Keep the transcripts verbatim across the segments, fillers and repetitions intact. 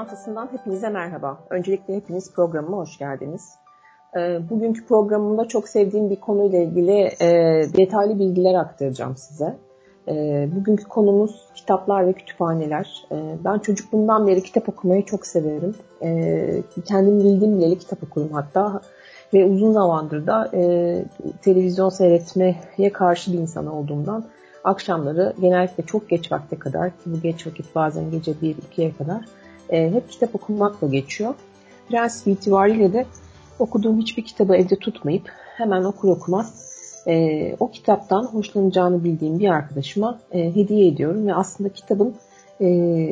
Çantası'ndan hepinize merhaba. Öncelikle hepiniz programıma hoş geldiniz. Bugünkü programımda çok sevdiğim bir konuyla ilgili detaylı bilgiler aktaracağım size. Bugünkü konumuz kitaplar ve kütüphaneler. Ben çocukluğumdan beri kitap okumayı çok severim. Kendim bildiğim bileli kitap okurum hatta. Ve uzun zamandır da televizyon seyretmeye karşı bir insan olduğumdan akşamları genellikle çok geç vakte kadar, ki bu geç vakit bazen gece bir ikiye kadar hep kitap okumakla geçiyor. Prensip itibariyle de okuduğum hiçbir kitabı evde tutmayıp hemen okur okumaz e, o kitaptan hoşlanacağını bildiğim bir arkadaşıma e, hediye ediyorum ve aslında kitabın e,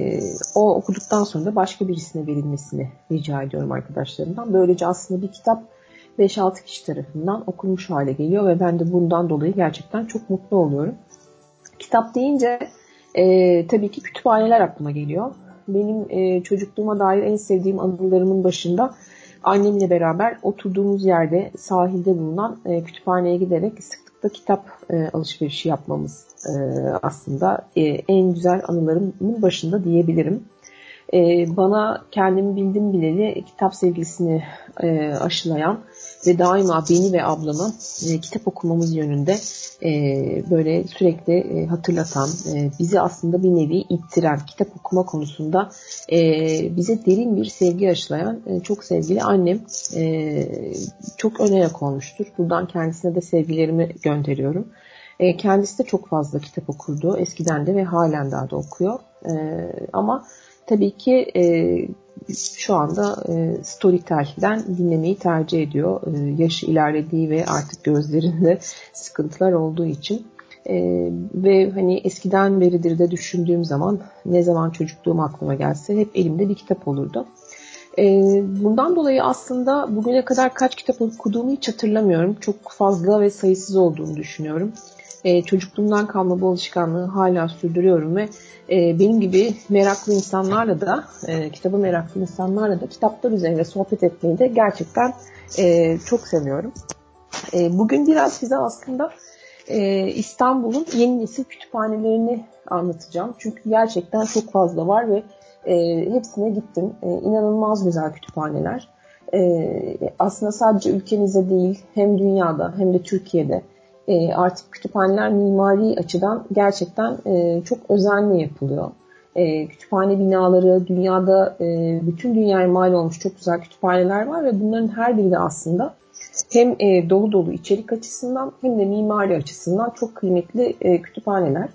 o okuduktan sonra da başka birisine verilmesini rica ediyorum arkadaşlarımdan. Böylece aslında bir kitap beş altı kişi tarafından okunmuş hale geliyor ve ben de bundan dolayı gerçekten çok mutlu oluyorum. Kitap deyince e, tabii ki kütüphaneler aklıma geliyor. Benim e, çocukluğuma dair en sevdiğim anılarımın başında annemle beraber oturduğumuz yerde sahilde bulunan e, kütüphaneye giderek sıklıkla kitap e, alışverişi yapmamız e, aslında e, en güzel anılarımın başında diyebilirim. E, bana kendimi bildim bileli kitap sevgisini e, aşılayan ve daima beni ve ablamı e, kitap okumamız yönünde e, böyle sürekli e, hatırlatan, e, bizi aslında bir nevi ittiren, kitap okuma konusunda e, bize derin bir sevgi aşılayan e, çok sevgili annem e, çok ön ayak olmuştur. Buradan kendisine de sevgilerimi gönderiyorum. E, kendisi de çok fazla kitap okurdu eskiden de ve halen daha da okuyor. E, ama tabii ki e, şu anda e, Storytel'den dinlemeyi tercih ediyor. E, yaşı ilerlediği ve artık gözlerinde sıkıntılar olduğu için. E, ve hani eskiden beridir de düşündüğüm zaman ne zaman çocukluğum aklıma gelse hep elimde bir kitap olurdu. E, bundan dolayı aslında bugüne kadar kaç kitap okuduğumu hiç hatırlamıyorum. Çok fazla ve sayısız olduğunu düşünüyorum. E, çocukluğumdan kalma bu alışkanlığı hala sürdürüyorum ve e, benim gibi meraklı insanlarla da, e, kitabı meraklı insanlarla da kitaplar üzerine sohbet etmeyi de gerçekten e, çok seviyorum. E, bugün biraz size aslında e, İstanbul'un yeni nesil kütüphanelerini anlatacağım. Çünkü gerçekten çok fazla var ve e, hepsine gittim. E, inanılmaz güzel kütüphaneler. E, aslında sadece ülkemizde değil, hem dünyada hem de Türkiye'de E, artık kütüphaneler mimari açıdan gerçekten e, çok özenle yapılıyor. E, kütüphane binaları, dünyada e, bütün dünyaya mal olmuş çok güzel kütüphaneler var ve bunların her biri de aslında hem e, dolu dolu içerik açısından hem de mimari açısından çok kıymetli e, kütüphaneler.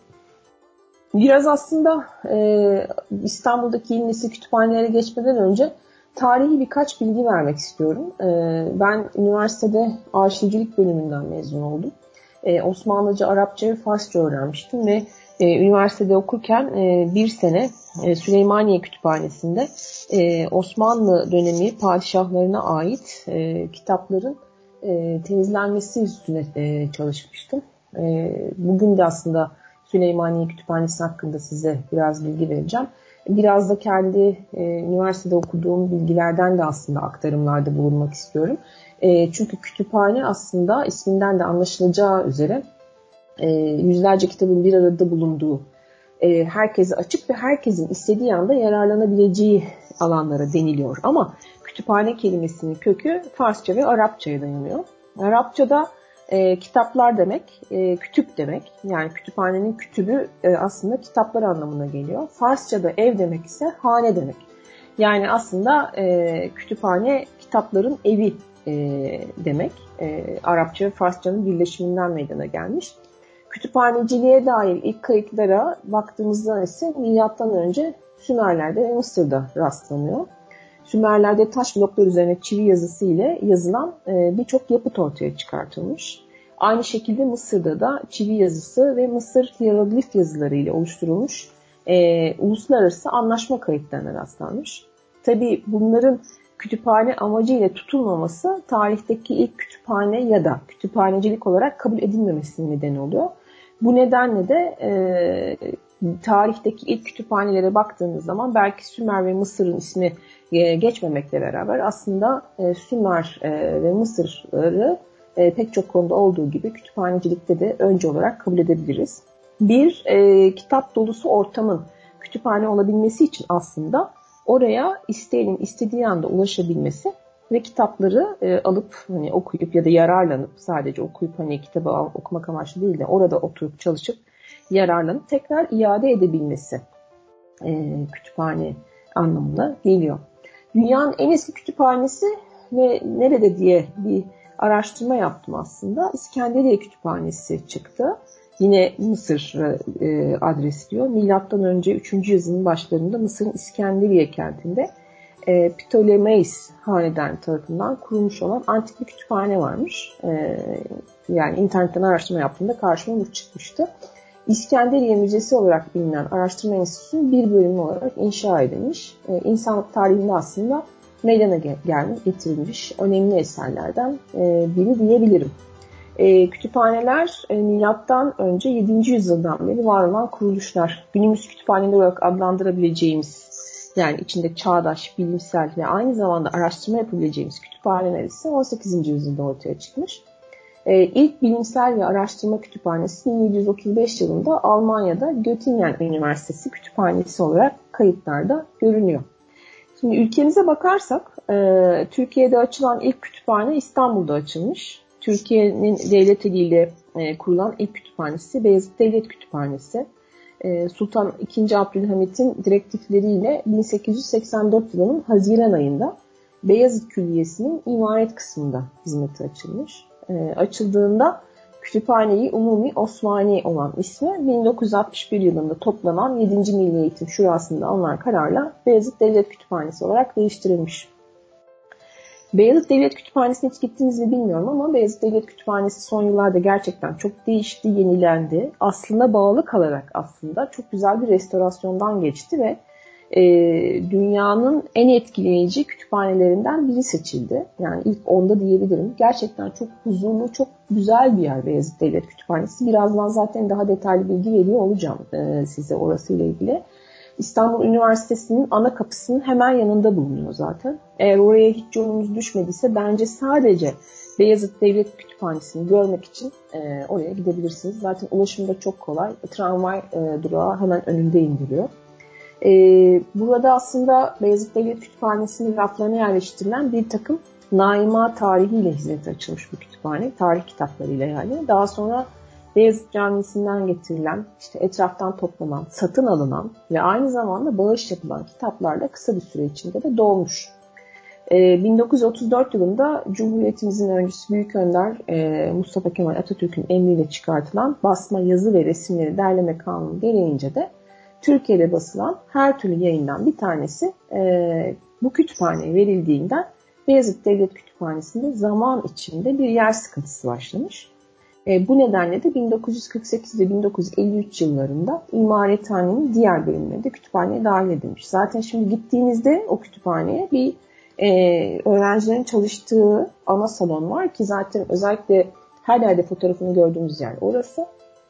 Biraz aslında e, İstanbul'daki yeni nesil kütüphanelere geçmeden önce tarihi birkaç bilgi vermek istiyorum. E, ben üniversitede arşivcilik bölümünden mezun oldum. Ee, Osmanlıca, Arapça ve Farsça öğrenmiştim ve e, üniversitede okurken e, bir sene e, Süleymaniye Kütüphanesi'nde e, Osmanlı dönemi padişahlarına ait e, kitapların e, temizlenmesi üstüne e, çalışmıştım. E, bugün de aslında Süleymaniye Kütüphanesi hakkında size biraz bilgi vereceğim. Biraz da kendi e, üniversitede okuduğum bilgilerden de aslında aktarımlarda bulunmak istiyorum. E, çünkü kütüphane aslında isminden de anlaşılacağı üzere e, yüzlerce kitabın bir arada bulunduğu, e, herkese açık ve herkesin istediği anda yararlanabileceği alanlara deniliyor. Ama kütüphane kelimesinin kökü Farsça ve Arapçaya dayanıyor. Arapçada e, kitaplar demek, e, kütüp demek. Yani kütüphanenin kütübü e, aslında kitaplar anlamına geliyor. Farsçada ev demek ise hane demek. Yani aslında e, kütüphane kitapların evi e, demek. E, Arapça ve Farsçanın birleşiminden meydana gelmiş. Kütüphaneciliğe dair ilk kayıtlara baktığımızda ise milattan önce Sümerler'de ve Mısır'da rastlanıyor. Sümerler'de taş bloklar üzerine çivi yazısı ile yazılan e, birçok yapıt ortaya çıkartılmış. Aynı şekilde Mısır'da da çivi yazısı ve Mısır hieroglif yazıları ile oluşturulmuş e, uluslararası anlaşma kayıtlarına rastlanmış. Tabii bunların kütüphane amacıyla tutulmaması tarihteki ilk kütüphane ya da kütüphanecilik olarak kabul edilmemesinin nedeni oluyor. Bu nedenle de e, tarihteki ilk kütüphanelere baktığınız zaman belki Sümer ve Mısır'ın ismi e, geçmemekle beraber aslında e, Sümer e, ve Mısır'ı e, pek çok konuda olduğu gibi kütüphanecilikte de önce olarak kabul edebiliriz. Bir e, kitap dolusu ortamın kütüphane olabilmesi için aslında oraya isteyenin istediği anda ulaşabilmesi ve kitapları e, alıp hani okuyup ya da yararlanıp sadece okuyup hani kitabı al, okumak amaçlı değil de orada oturup çalışıp yararlanıp tekrar iade edebilmesi e, kütüphane anlamına geliyor. Dünyanın en eski kütüphanesi ve nerede diye bir araştırma yaptım aslında. İskenderiye Kütüphanesi çıktı. Yine Mısır e, adresliyor. Milattan önce üçüncü yüzyılın başlarında Mısır'ın İskenderiye kentinde e, Ptolemeis hanedan tarafından kurulmuş olan antik bir kütüphane varmış. E, yani internetten araştırma yaptığımda karşıma bu çıkmıştı. İskenderiye Müzesi olarak bilinen araştırma enstitüsünün bir bölümü olarak inşa edilmiş. E, insanlık tarihinde aslında meydana gelmiş, getirilmiş önemli eserlerden e, biri diyebilirim. E, kütüphaneler e, milattan önce yedinci yüzyıldan beri var olan kuruluşlar. Günümüz kütüphaneleri olarak adlandırabileceğimiz, yani içinde çağdaş, bilimsel ve aynı zamanda araştırma yapabileceğimiz kütüphaneler ise on sekizinci yüzyılda ortaya çıkmış. Ee, ilk bilimsel ve araştırma kütüphanesi bin yedi yüz otuz beş yılında Almanya'da Göttingen Üniversitesi Kütüphanesi olarak kayıtlarda görünüyor. Şimdi ülkemize bakarsak, e, Türkiye'de açılan ilk kütüphane İstanbul'da açılmış. Türkiye'nin devlet eliyle e, kurulan ilk kütüphanesi Beyazıt Devlet Kütüphanesi. E, Sultan ikinci. Abdülhamit'in direktifleriyle bin sekiz yüz seksen dört yılının Haziran ayında Beyazıt Külliyesi'nin imaret kısmında hizmete açılmış. E, açıldığında kütüphaneyi Umumi Osmani olan ismi bin dokuz yüz altmış bir yılında toplanan yedinci Milli Eğitim Şurası'nda alınan kararla Beyazıt Devlet Kütüphanesi olarak değiştirilmiş. Beyazıt Devlet Kütüphanesi'ne hiç gittiniz mi bilmiyorum ama Beyazıt Devlet Kütüphanesi son yıllarda gerçekten çok değişti, yenilendi. Aslında bağlı kalarak aslında çok güzel bir restorasyondan geçti ve e, dünyanın en etkileyici kütüphanelerinden biri seçildi. Yani ilk onda diyebilirim. Gerçekten çok huzurlu, çok güzel bir yer Beyazıt Devlet Kütüphanesi. Birazdan zaten daha detaylı bilgi veriyor olacağım e, size orasıyla ilgili. İstanbul Üniversitesi'nin ana kapısının hemen yanında bulunuyor zaten. Eğer oraya hiç yolunuz düşmediyse bence sadece Beyazıt Devlet Kütüphanesi'ni görmek için e, oraya gidebilirsiniz. Zaten ulaşım da çok kolay. Tramvay e, durağı hemen önünde indiriyor. E, burada aslında Beyazıt Devlet Kütüphanesi'nin raflarına yerleştirilen bir takım naima tarihiyle hizmete açılmış bu kütüphane. Tarih kitaplarıyla yani. Daha sonra Beyazıt Camisi'nden getirilen, işte etraftan toplanan, satın alınan ve aynı zamanda bağış yapılan kitaplarla kısa bir süre içinde de dolmuş. Ee, bin dokuz yüz otuz dört yılında Cumhuriyetimizin öncüsü Büyük Önder e, Mustafa Kemal Atatürk'ün emriyle çıkartılan basma yazı ve resimleri derleme kanunu gereğince de Türkiye'de basılan her türlü yayından bir tanesi e, bu kütüphaneye verildiğinden Beyazıt Devlet Kütüphanesi'nde zaman içinde bir yer sıkıntısı başlamış. E, bu nedenle de bin dokuz yüz kırk sekiz ile bin dokuz yüz elli üç yıllarında İmarethane'nin diğer bölümleri de kütüphaneye dahil edilmiş. Zaten şimdi gittiğinizde o kütüphaneye bir e, öğrencilerin çalıştığı ana salon var ki zaten özellikle her yerde fotoğrafını gördüğümüz yer orası.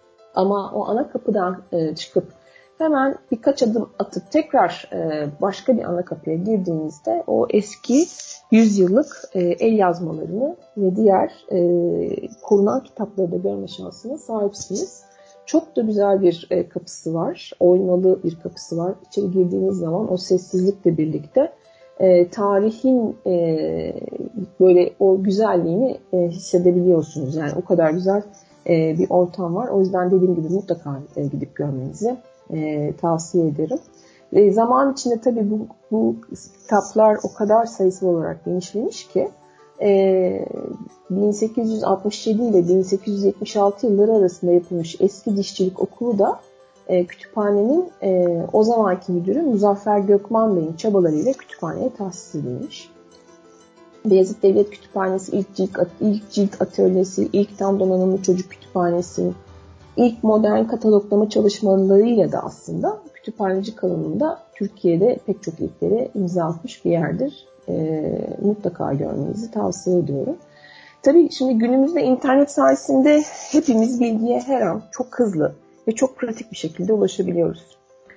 Ama o ana kapıdan e, çıkıp hemen birkaç adım atıp tekrar e, başka bir ana kapıya girdiğinizde o eski yüzyıllık e, el yazmalarını ve diğer e, korunan kitapları da görme şansına sahipsiniz. Çok da güzel bir e, kapısı var. Oymalı bir kapısı var. İçeri girdiğiniz zaman o sessizlikle birlikte e, tarihin e, böyle o güzelliğini e, hissedebiliyorsunuz. Yani o kadar güzel e, bir ortam var. O yüzden dediğim gibi mutlaka e, gidip görmenizi e, tavsiye ederim. E, zaman içinde tabii bu, bu kitaplar o kadar sayısal olarak genişlemiş ki e, bin sekiz yüz altmış yedi ile bin sekiz yüz yetmiş altı yılları arasında yapılmış eski dişçilik okulu da e, kütüphanenin e, o zamanki müdürü Muzaffer Gökman Bey'in çabalarıyla kütüphaneye tahsis edilmiş. Beyazıt Devlet Kütüphanesi ilk cilt, ilk cilt atölyesi, ilk tam donanımlı çocuk kütüphanesi, ilk modern kataloglama çalışmalarıyla da aslında kütüphaneci alanında Türkiye'de pek çok ilklere imza atmış bir yerdir. E, mutlaka görmenizi tavsiye ediyorum. Tabii şimdi günümüzde internet sayesinde hepimiz bilgiye her an çok hızlı ve çok pratik bir şekilde ulaşabiliyoruz.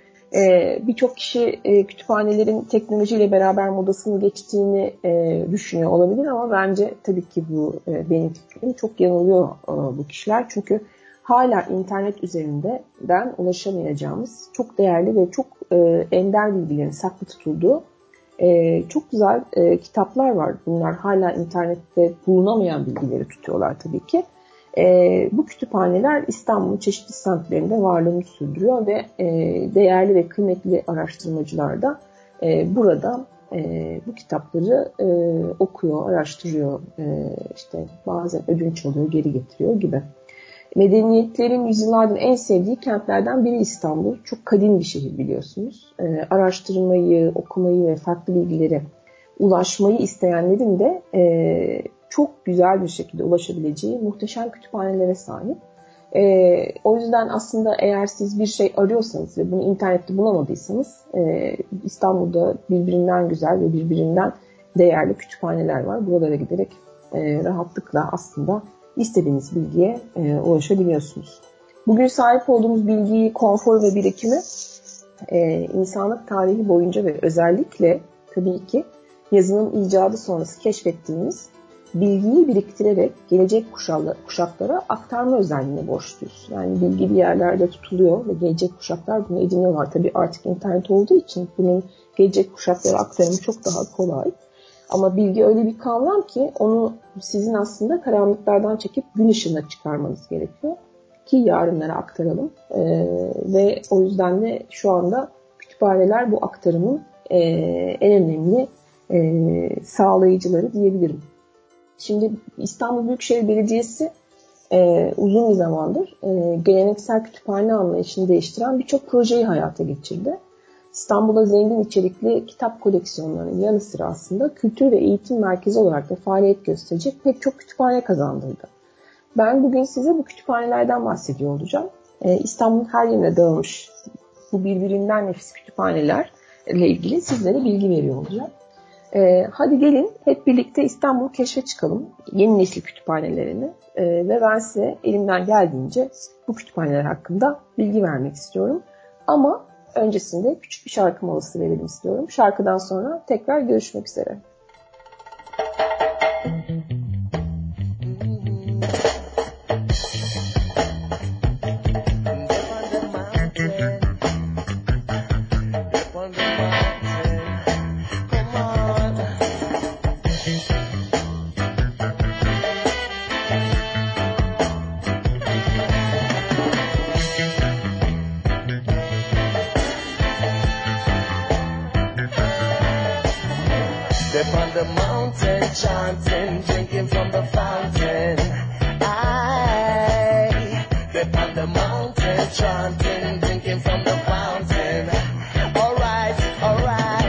Ee, Birçok kişi e, kütüphanelerin teknolojiyle beraber modasını geçtiğini e, düşünüyor olabilir ama bence tabii ki bu e, benim fikrim çok yanılıyor e, bu kişiler. Çünkü hala internet üzerinden ulaşamayacağımız çok değerli ve çok e, ender bilgilerin saklı tutulduğu e, çok güzel e, kitaplar var. Bunlar hala internette bulunamayan bilgileri tutuyorlar tabii ki. E, bu kütüphaneler İstanbul'un çeşitli semtlerinde varlığını sürdürüyor ve e, değerli ve kıymetli araştırmacılar da e, burada e, bu kitapları e, okuyor, araştırıyor, e, işte bazen ödünç alıyor, geri getiriyor gibi. Medeniyetlerin yüzyıllardır en sevdiği kentlerden biri İstanbul. Çok kadim bir şehir biliyorsunuz. E, araştırmayı, okumayı ve farklı bilgilere ulaşmayı isteyenlerin de e, çok güzel bir şekilde ulaşabileceği muhteşem kütüphanelere sahip. E, o yüzden aslında eğer siz bir şey arıyorsanız ve bunu internette bulamadıysanız e, İstanbul'da birbirinden güzel ve birbirinden değerli kütüphaneler var. Buralara giderek e, rahatlıkla aslında istediğiniz bilgiye e, ulaşabiliyorsunuz. Bugün sahip olduğumuz bilgiyi, konfor ve birikimi e, insanlık tarihi boyunca ve özellikle tabii ki yazının icadı sonrası keşfettiğimiz bilgiyi biriktirerek gelecek kuşaklara aktarma özelliğine borçluyuz. Yani bilgi bir yerlerde tutuluyor ve gelecek kuşaklar bunu ediniyorlar. Tabii artık internet olduğu için bunun gelecek kuşaklara aktarımı çok daha kolay. Ama bilgi öyle bir kavram ki onu sizin aslında karanlıklardan çekip gün ışığına çıkarmanız gerekiyor ki yarınlara aktaralım. Ee, ve o yüzden de şu anda kütüphaneler bu aktarımın e, en önemli e, sağlayıcıları diyebilirim. Şimdi İstanbul Büyükşehir Belediyesi e, uzun bir zamandır e, geleneksel kütüphane anlayışını değiştiren birçok projeyi hayata geçirdi. İstanbul'da zengin içerikli kitap koleksiyonlarının yanı sıra aslında kültür ve eğitim merkezi olarak da faaliyet gösterecek pek çok kütüphane kazandırdı. Ben bugün size bu kütüphanelerden bahsediyor olacağım. Ee, İstanbul'un her yerine dağılmış bu birbirinden nefis kütüphanelerle ilgili sizlere bilgi veriyor olacağım. Ee, hadi gelin hep birlikte İstanbul'u keşfe çıkalım, yeni nesil kütüphanelerini ee, ve ben size elimden geldiğince bu kütüphaneler hakkında bilgi vermek istiyorum. Ama öncesinde küçük bir şarkı molası verelim istiyorum. Şarkıdan sonra tekrar görüşmek üzere. Step on the mountain, chanting, drinking from the fountain. I step on the mountain, chanting, drinking from the fountain. All right, all right.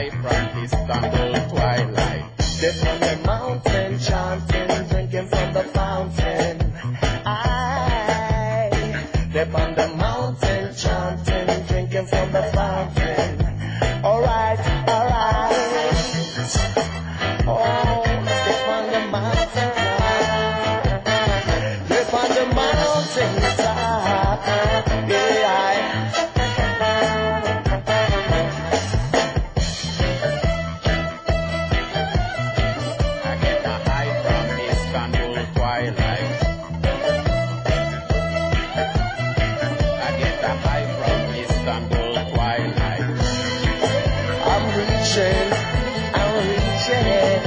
Step on the mountain, chanting, drinking from the twilight. I get the high from Istanbul twilight. I'm reaching, I'm reaching.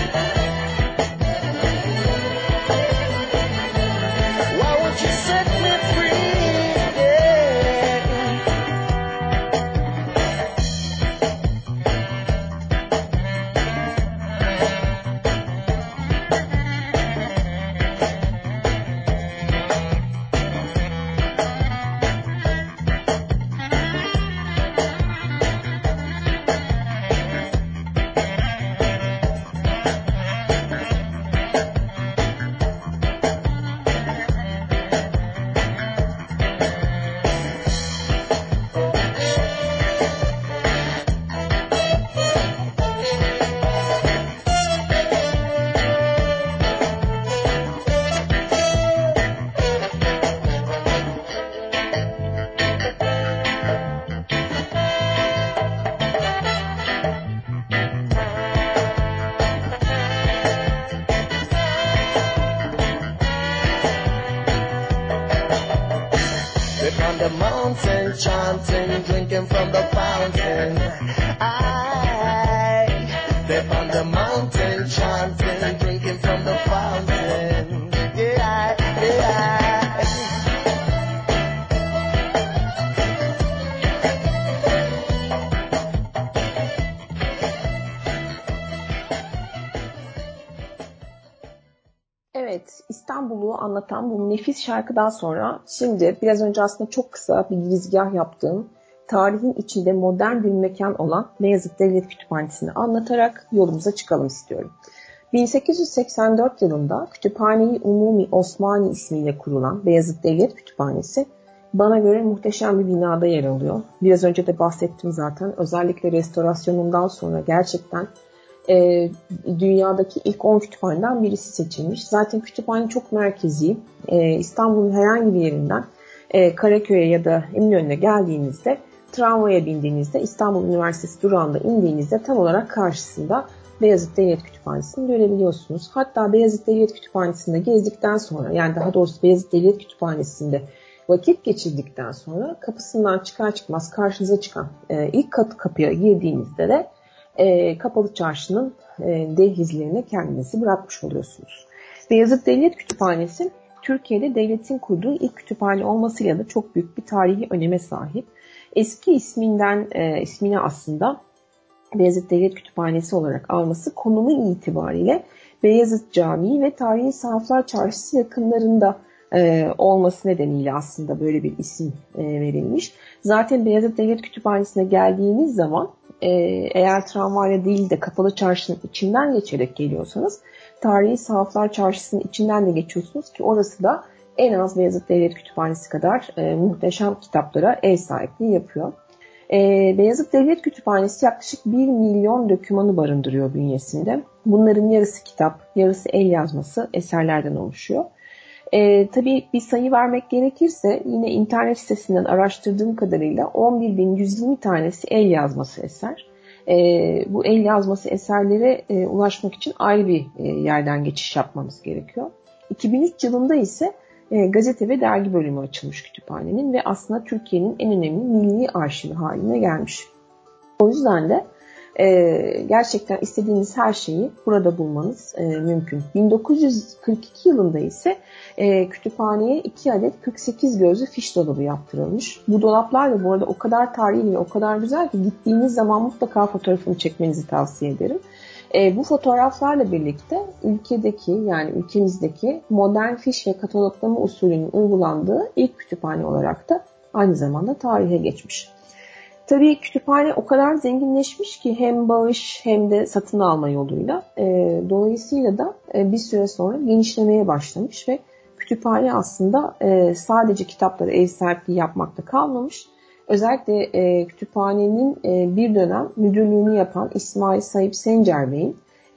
Why won't you set me free? The mountain chanting, drinking from the fountain. I step on the mountain chanting, drinking from the fountain. Yeah, yeah. Evet, İstanbul'u anlatan bu nefis şarkıdan sonra şimdi biraz önce aslında çok kısa bir girizgah yaptığım tarihin içinde modern bir mekan olan Beyazıt Devlet Kütüphanesi'ni anlatarak yolumuza çıkalım istiyorum. bin sekiz yüz seksen dört yılında Kütüphane-i Umumi Osmani ismiyle kurulan Beyazıt Devlet Kütüphanesi bana göre muhteşem bir binada yer alıyor. Biraz önce de bahsettim zaten. Özellikle restorasyonundan sonra gerçekten E, dünyadaki ilk on kütüphaneden birisi seçilmiş. Zaten kütüphane çok merkezi. E, İstanbul'un herhangi bir yerinden e, Karaköy'e ya da Eminönü'ne geldiğinizde, tramvaya bindiğinizde, İstanbul Üniversitesi durağında indiğinizde tam olarak karşısında Beyazıt Devlet Kütüphanesi'ni görebiliyorsunuz. Hatta Beyazıt Devlet Kütüphanesi'nde gezdikten sonra, yani daha doğrusu Beyazıt Devlet Kütüphanesi'nde vakit geçirdikten sonra kapısından çıkar çıkmaz karşınıza çıkan e, ilk kat kapıya girdiğinizde de E, Kapalı Çarşı'nın e, dehlizlerine kendinizi bırakmış oluyorsunuz. Beyazıt Devlet Kütüphanesi, Türkiye'de devletin kurduğu ilk kütüphane olmasıyla da çok büyük bir tarihi öneme sahip. Eski isminden e, ismini aslında Beyazıt Devlet Kütüphanesi olarak alması konumu itibariyle Beyazıt Camii ve Tarihi Sahaflar Çarşısı yakınlarında e, olması nedeniyle aslında böyle bir isim e, verilmiş. Zaten Beyazıt Devlet Kütüphanesi'ne geldiğiniz zaman e, eğer tramvayla değil de Kapalı Çarşı'nın içinden geçerek geliyorsanız Tarihi Sahaflar Çarşısı'nın içinden de geçiyorsunuz ki orası da en az Beyazıt Devlet Kütüphanesi kadar e, muhteşem kitaplara ev sahipliği yapıyor. E, Beyazıt Devlet Kütüphanesi yaklaşık bir milyon dokümanı barındırıyor bünyesinde. Bunların yarısı kitap, yarısı el yazması eserlerden oluşuyor. E, tabii bir sayı vermek gerekirse yine internet sitesinden araştırdığım kadarıyla on bir bin yüz yirmi tanesi el yazması eser. E, bu el yazması eserlere e, ulaşmak için ayrı bir e, yerden geçiş yapmamız gerekiyor. iki bin üç yılında ise e, gazete ve dergi bölümü açılmış kütüphanenin ve aslında Türkiye'nin en önemli milli arşivi haline gelmiş. O yüzden de e, gerçekten istediğiniz her şeyi burada bulmanız e, mümkün. bin dokuz yüz kırk iki yılında ise e, kütüphaneye iki adet kırk sekiz gözlü fiş dolabı yaptırılmış. Bu dolaplar da bu arada o kadar tarihi ve o kadar güzel ki gittiğiniz zaman mutlaka fotoğrafını çekmenizi tavsiye ederim. E, bu fotoğraflarla birlikte ülkedeki yani ülkemizdeki modern fiş ve kataloglama usulünün uygulandığı ilk kütüphane olarak da aynı zamanda tarihe geçmiş. Tabii kütüphane o kadar zenginleşmiş ki hem bağış hem de satın alma yoluyla. E, dolayısıyla da e, bir süre sonra genişlemeye başlamış ve kütüphane aslında e, sadece kitaplara ev sahipliği yapmakta kalmamış. Özellikle e, kütüphanenin e, bir dönem müdürlüğünü yapan İsmail Sayıp Sencer Bey'in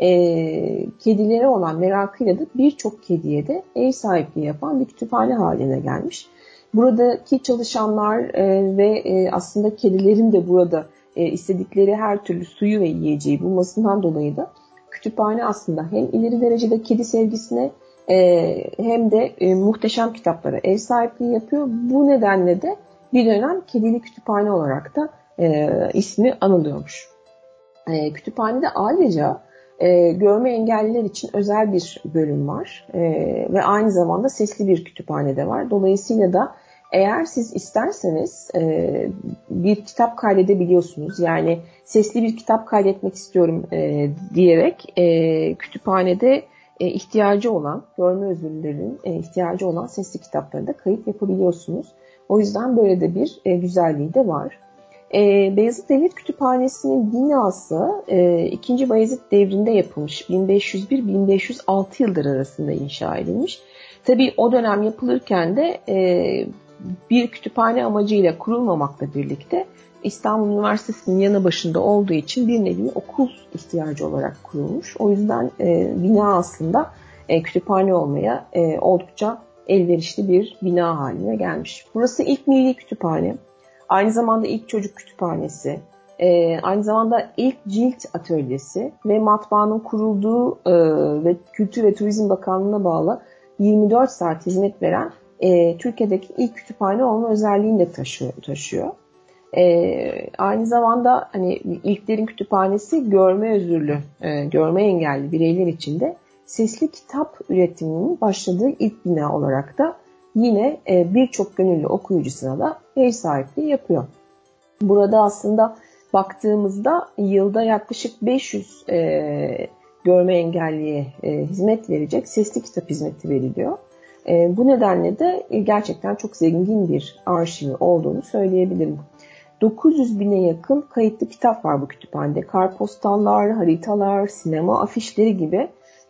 e, kedilere olan merakıyla da birçok kediye de ev sahipliği yapan bir kütüphane haline gelmiş. Buradaki çalışanlar e, ve e, aslında kedilerin de burada e, istedikleri her türlü suyu ve yiyeceği bulmasından dolayı da kütüphane aslında hem ileri derecede kedi sevgisine e, hem de e, muhteşem kitaplara ev sahipliği yapıyor. Bu nedenle de bir dönem Kedili Kütüphane olarak da e, ismi anılıyormuş. E, kütüphanede ayrıca e, görme engelliler için özel bir bölüm var e, ve aynı zamanda sesli bir kütüphane de var. Dolayısıyla da eğer siz isterseniz e, bir kitap kaydedebiliyorsunuz. Yani sesli bir kitap kaydetmek istiyorum e, diyerek e, kütüphanede e, ihtiyacı olan, görme özürlülerin e, ihtiyacı olan sesli kitapları da kayıt yapabiliyorsunuz. O yüzden böyle de bir e, güzelliği de var. E, Beyazıt Devlet Kütüphanesi'nin binası e, ikinci. Bayezid devrinde yapılmış. bin beş yüz bir bin beş yüz altı yılları arasında inşa edilmiş. Tabii o dönem yapılırken de e, bir kütüphane amacıyla kurulmamakla birlikte İstanbul Üniversitesi'nin yanı başında olduğu için bir nevi okul ihtiyacı olarak kurulmuş. O yüzden e, bina aslında e, kütüphane olmaya e, oldukça elverişli bir bina haline gelmiş. Burası ilk milli kütüphane. Aynı zamanda ilk çocuk kütüphanesi, e, aynı zamanda ilk cilt atölyesi ve matbaanın kurulduğu e, ve Kültür ve Turizm Bakanlığı'na bağlı yirmi dört saat hizmet veren e, Türkiye'deki ilk kütüphane olma özelliğini de taşıyor. taşıyor. E, aynı zamanda hani ilklerin kütüphanesi görme özürlü, e, görme engelli bireyler için de sesli kitap üretiminin başladığı ilk bina olarak da yine e, birçok gönüllü okuyucusuna da ev sahipliği yapıyor. Burada aslında baktığımızda yılda yaklaşık beş yüz e, görme engelliye e, hizmet verecek sesli kitap hizmeti veriliyor. E, bu nedenle de gerçekten çok zengin bir arşivi olduğunu söyleyebilirim. dokuz yüz bine yakın kayıtlı kitap var bu kütüphanede. Kartpostallar, haritalar, sinema afişleri gibi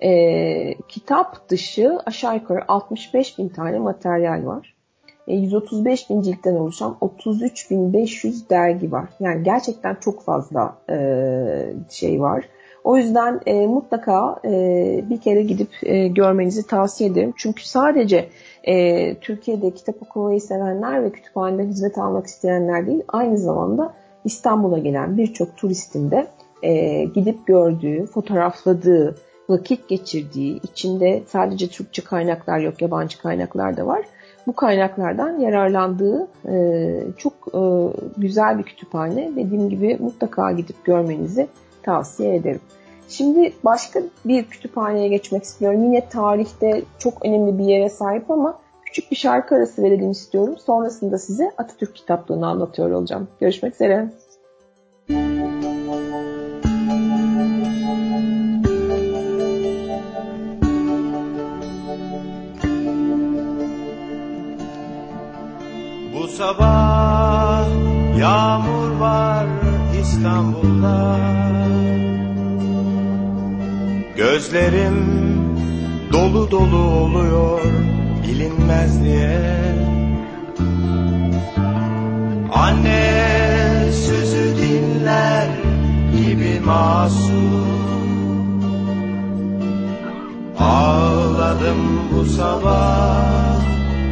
e, kitap dışı aşağı yukarı altmış beş bin tane materyal var. E, yüz otuz beş bin ciltten oluşan otuz üç bin beş yüz dergi var. Yani gerçekten çok fazla e, şey var. O yüzden e, mutlaka e, bir kere gidip e, görmenizi tavsiye ederim. Çünkü sadece e, Türkiye'de kitap okumayı sevenler ve kütüphanede hizmet almak isteyenler değil, aynı zamanda İstanbul'a gelen birçok turistin de e, gidip gördüğü, fotoğrafladığı, vakit geçirdiği, içinde sadece Türkçe kaynaklar yok, yabancı kaynaklar da var. Bu kaynaklardan yararlandığı e, çok e, güzel bir kütüphane. Dediğim gibi mutlaka gidip görmenizi tavsiye ederim. Şimdi başka bir kütüphaneye geçmek istiyorum. Yine tarihte çok önemli bir yere sahip ama küçük bir şarkı arası verelim istiyorum. Sonrasında size Atatürk kitaplığını anlatıyor olacağım. Görüşmek üzere. Bu sabah yağmur var İstanbul'da. Gözlerim dolu dolu oluyor bilinmez diye. Anne sözü dinler gibi masum. Ağladım bu sabah.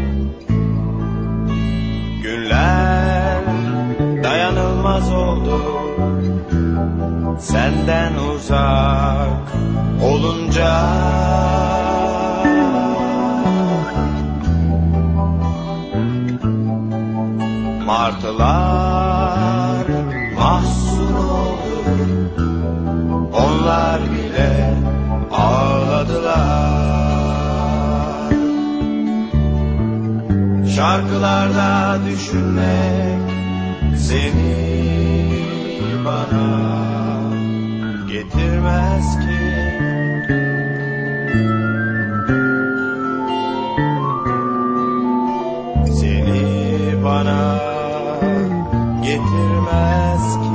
Günler dayanılmaz oldu senden uzak olunca. Martılar mahzun oldu, onlar bile ağladılar. Şarkılarda düşünmek seni bana getirmez ki. Seni bana getirmez ki.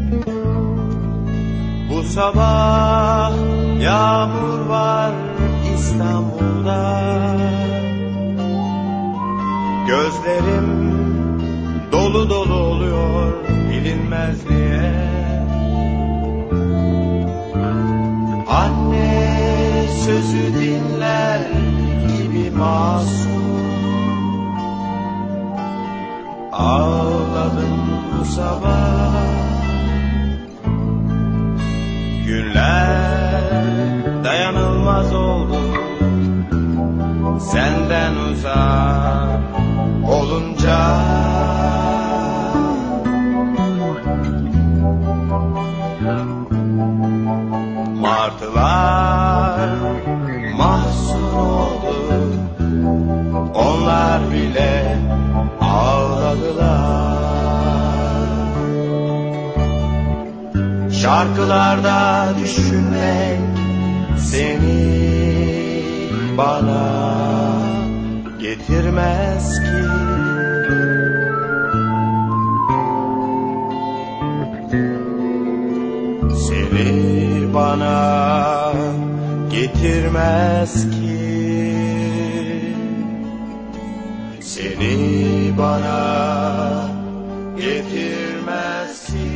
Bu sabah yağmur var İstanbul'da gözlerim dolu dolu oluyor bilinmezliğe. Anne sözü dinler gibi masum ağladım bu sabah. Günler dayanılmaz oldu senden uzak olunca. Martılar mahzun oldu, onlar bile ağladılar. Şarkılarda düşünmek seni bana getirmez ki. Seni bana getirmez ki. Seni bana getirmez ki.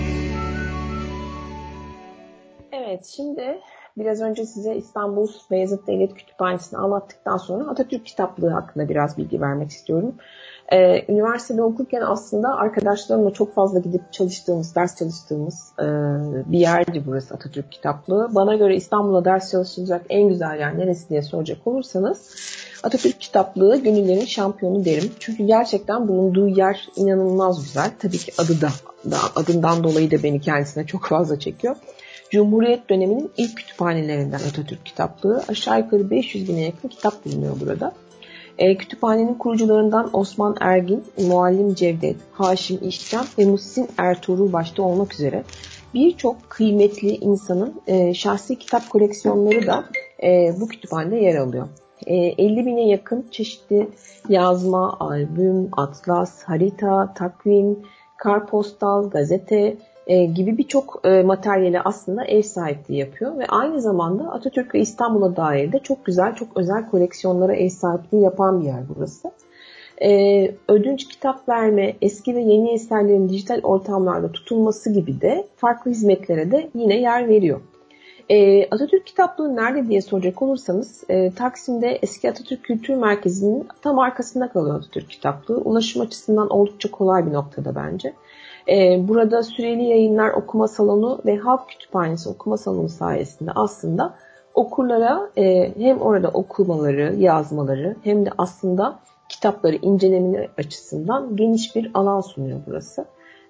Evet, şimdi biraz önce size İstanbul Beyazıt Devlet Kütüphanesi'ni anlattıktan sonra Atatürk kitaplığı hakkında biraz bilgi vermek istiyorum. Ee, üniversitede okurken aslında arkadaşlarımla çok fazla gidip çalıştığımız, ders çalıştığımız e, bir yerdi burası Atatürk kitaplığı. Bana göre İstanbul'da ders çalışılacak en güzel yer neresi diye soracak olursanız Atatürk kitaplığı gönüllerin şampiyonu derim. Çünkü gerçekten bulunduğu yer inanılmaz güzel. Tabii ki adı da, da adından dolayı da beni kendisine çok fazla çekiyor. Cumhuriyet döneminin ilk kütüphanelerinden Atatürk kitaplığı. Aşağı yukarı beş yüz bine yakın kitap bulunuyor burada. E, kütüphanenin kurucularından Osman Ergin, Muallim Cevdet, Haşim İşcan ve Muhsin Ertuğrul başta olmak üzere birçok kıymetli insanın e, şahsi kitap koleksiyonları da e, bu kütüphanede yer alıyor. E, elli bine yakın çeşitli yazma, albüm, atlas, harita, takvim, kartpostal, gazete e, gibi birçok e, materyale aslında ev sahipliği yapıyor ve aynı zamanda Atatürk ve İstanbul'a dair de çok güzel, çok özel koleksiyonlara ev sahipliği yapan bir yer burası. E, ödünç kitap verme, eski ve yeni eserlerin dijital ortamlarda tutulması gibi de farklı hizmetlere de yine yer veriyor. E, Atatürk kitaplığı nerede diye soracak olursanız e, Taksim'de eski Atatürk Kültür Merkezi'nin tam arkasında kalıyor Atatürk kitaplığı. Ulaşım açısından oldukça kolay bir noktada bence. E, burada Süreli Yayınlar Okuma Salonu ve Halk Kütüphanesi Okuma Salonu sayesinde aslında okurlara e, hem orada okumaları, yazmaları hem de aslında kitapları incelemeleri açısından geniş bir alan sunuyor burası.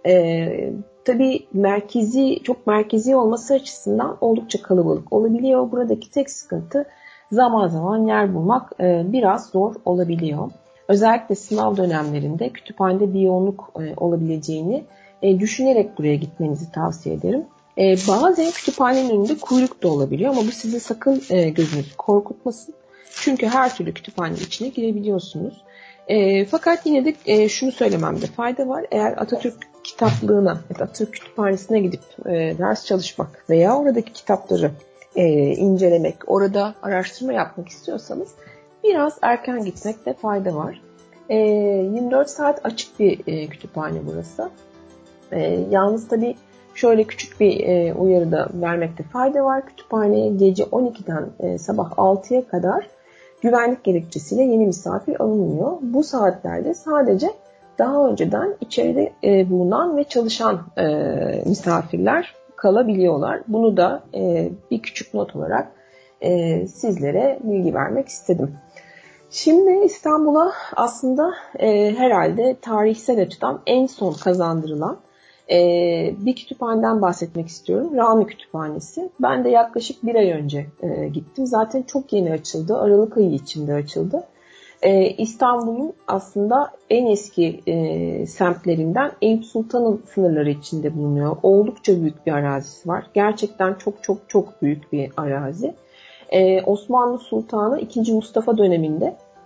E, tabii merkezi, çok merkezi olması açısından oldukça kalabalık olabiliyor. Buradaki tek sıkıntı zaman zaman yer bulmak e, biraz zor olabiliyor. Özellikle sınav dönemlerinde kütüphanede bir yoğunluk e, olabileceğini e, düşünerek buraya gitmenizi tavsiye ederim. E, bazen kütüphanenin önünde kuyruk da olabiliyor ama bu sizi sakın e, gözünüzü korkutmasın. Çünkü her türlü kütüphanenin içine girebiliyorsunuz. E, fakat yine de e, şunu söylememde fayda var. Eğer Atatürk kitaplığına, Atatürk kütüphanesine gidip e, ders çalışmak veya oradaki kitapları e, incelemek, orada araştırma yapmak istiyorsanız biraz erken gitmekte fayda var. E, yirmi dört saat açık bir e, kütüphane burası. E, yalnız tabii şöyle küçük bir e, uyarı da vermekte fayda var. Kütüphaneye gece on ikiden e, sabah altıya kadar güvenlik gerekçesiyle yeni misafir alınmıyor. Bu saatlerde sadece daha önceden içeride e, bulunan ve çalışan e, misafirler kalabiliyorlar. Bunu da e, bir küçük not olarak e, sizlere bilgi vermek istedim. Şimdi İstanbul'a aslında e, herhalde tarihsel açıdan en son kazandırılan e, bir kütüphaneden bahsetmek istiyorum. Rami Kütüphanesi. Ben de yaklaşık bir ay önce e, gittim. Zaten çok yeni açıldı. Aralık ayı içinde açıldı. E, İstanbul'un aslında en eski e, semtlerinden Eyüp Sultan'ın sınırları içinde bulunuyor. Oldukça büyük bir arazisi var. Gerçekten çok çok çok büyük bir arazi. Ee, Osmanlı Sultanı ikinci. Mustafa döneminde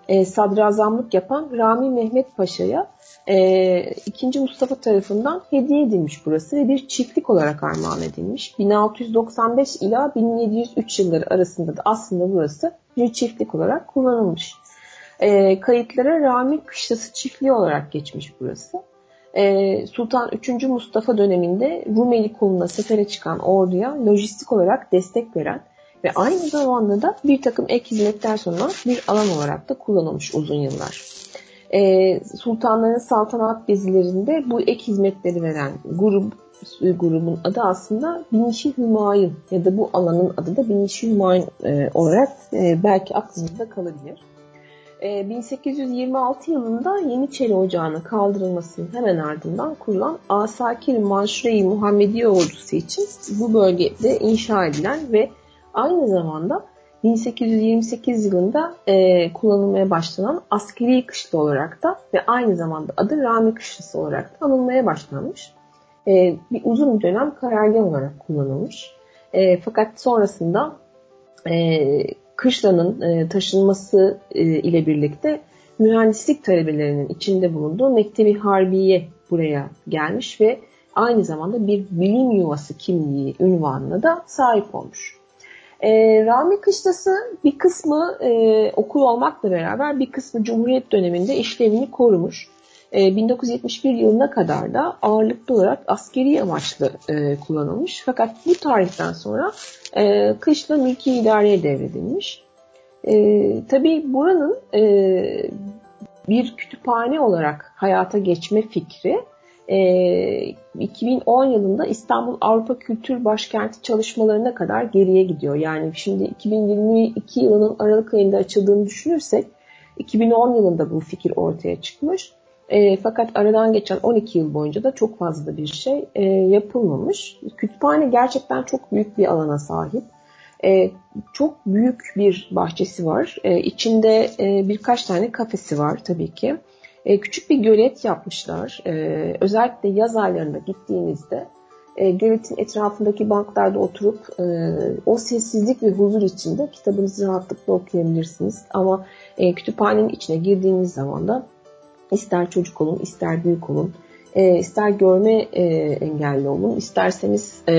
e, sadrazamlık yapan Rami Mehmet Paşa'ya e, ikinci. Mustafa tarafından hediye edilmiş burası ve bir çiftlik olarak armağan edilmiş. bin altı yüz doksan beş ila bin yedi yüz üç yılları arasında da aslında burası bir çiftlik olarak kullanılmış. E, kayıtlara Rami Kışlası Çiftliği olarak geçmiş burası. E, Sultan üçüncü. Mustafa döneminde Rumeli koluna sefere çıkan orduya lojistik olarak destek veren ve aynı zamanda da bir takım ek hizmetler sunan bir alan olarak da kullanılmış uzun yıllar. Ee, sultanların saltanat gezilerinde bu ek hizmetleri veren grup, grubun adı aslında Binişi Hümayun ya da bu alanın adı da Binişi Hümayun e, olarak e, belki aklınızda kalabilir. E, bin sekiz yüz yirmi altı yılında Yeniçeri Ocağı'nın kaldırılmasının hemen ardından kurulan Asakir Manşure-i Muhammediye ordusu için bu bölgede inşa edilen ve aynı zamanda bin sekiz yüz yirmi sekiz yılında e, kullanılmaya başlanan askeri kışla olarak da ve aynı zamanda adı Rami Kışlası olarak da anılmaya başlanmış. E, bir uzun bir dönem karargah olarak kullanılmış. E, fakat sonrasında e, kışlanın e, taşınması e, ile birlikte mühendislik talebelerinin içinde bulunduğu Mektebi Harbiye buraya gelmiş ve aynı zamanda bir bilim yuvası kimliği unvanına da sahip olmuş. E, Rami Kışlası bir kısmı e, okul olmakla beraber bir kısmı Cumhuriyet döneminde işlevini korumuş. E, bin dokuz yüz yetmiş bir yılına kadar da ağırlıklı olarak askeri amaçlı e, kullanılmış. Fakat bu tarihten sonra e, kışla mülki idareye devredilmiş. E, tabii buranın e, bir kütüphane olarak hayata geçme fikri e, iki bin on yılında İstanbul Avrupa Kültür Başkenti çalışmalarına kadar geriye gidiyor. Yani şimdi iki bin yirmi iki yılının Aralık ayında açıldığını düşünürsek iki bin on yılında bu fikir ortaya çıkmış. E, fakat aradan geçen on iki yıl boyunca da çok fazla bir şey e, yapılmamış. Kütüphane gerçekten çok büyük bir alana sahip. E, çok büyük bir bahçesi var. E, içinde e, birkaç tane kafesi var tabii ki. E, küçük bir gölet yapmışlar. E, özellikle yaz aylarında gittiğinizde e, göletin etrafındaki banklarda oturup e, o sessizlik ve huzur içinde kitabınızı rahatlıkla okuyabilirsiniz. Ama e, kütüphanenin içine girdiğiniz zaman da ister çocuk olun, ister büyük olun, e, ister görme e, engelli olun, isterseniz e,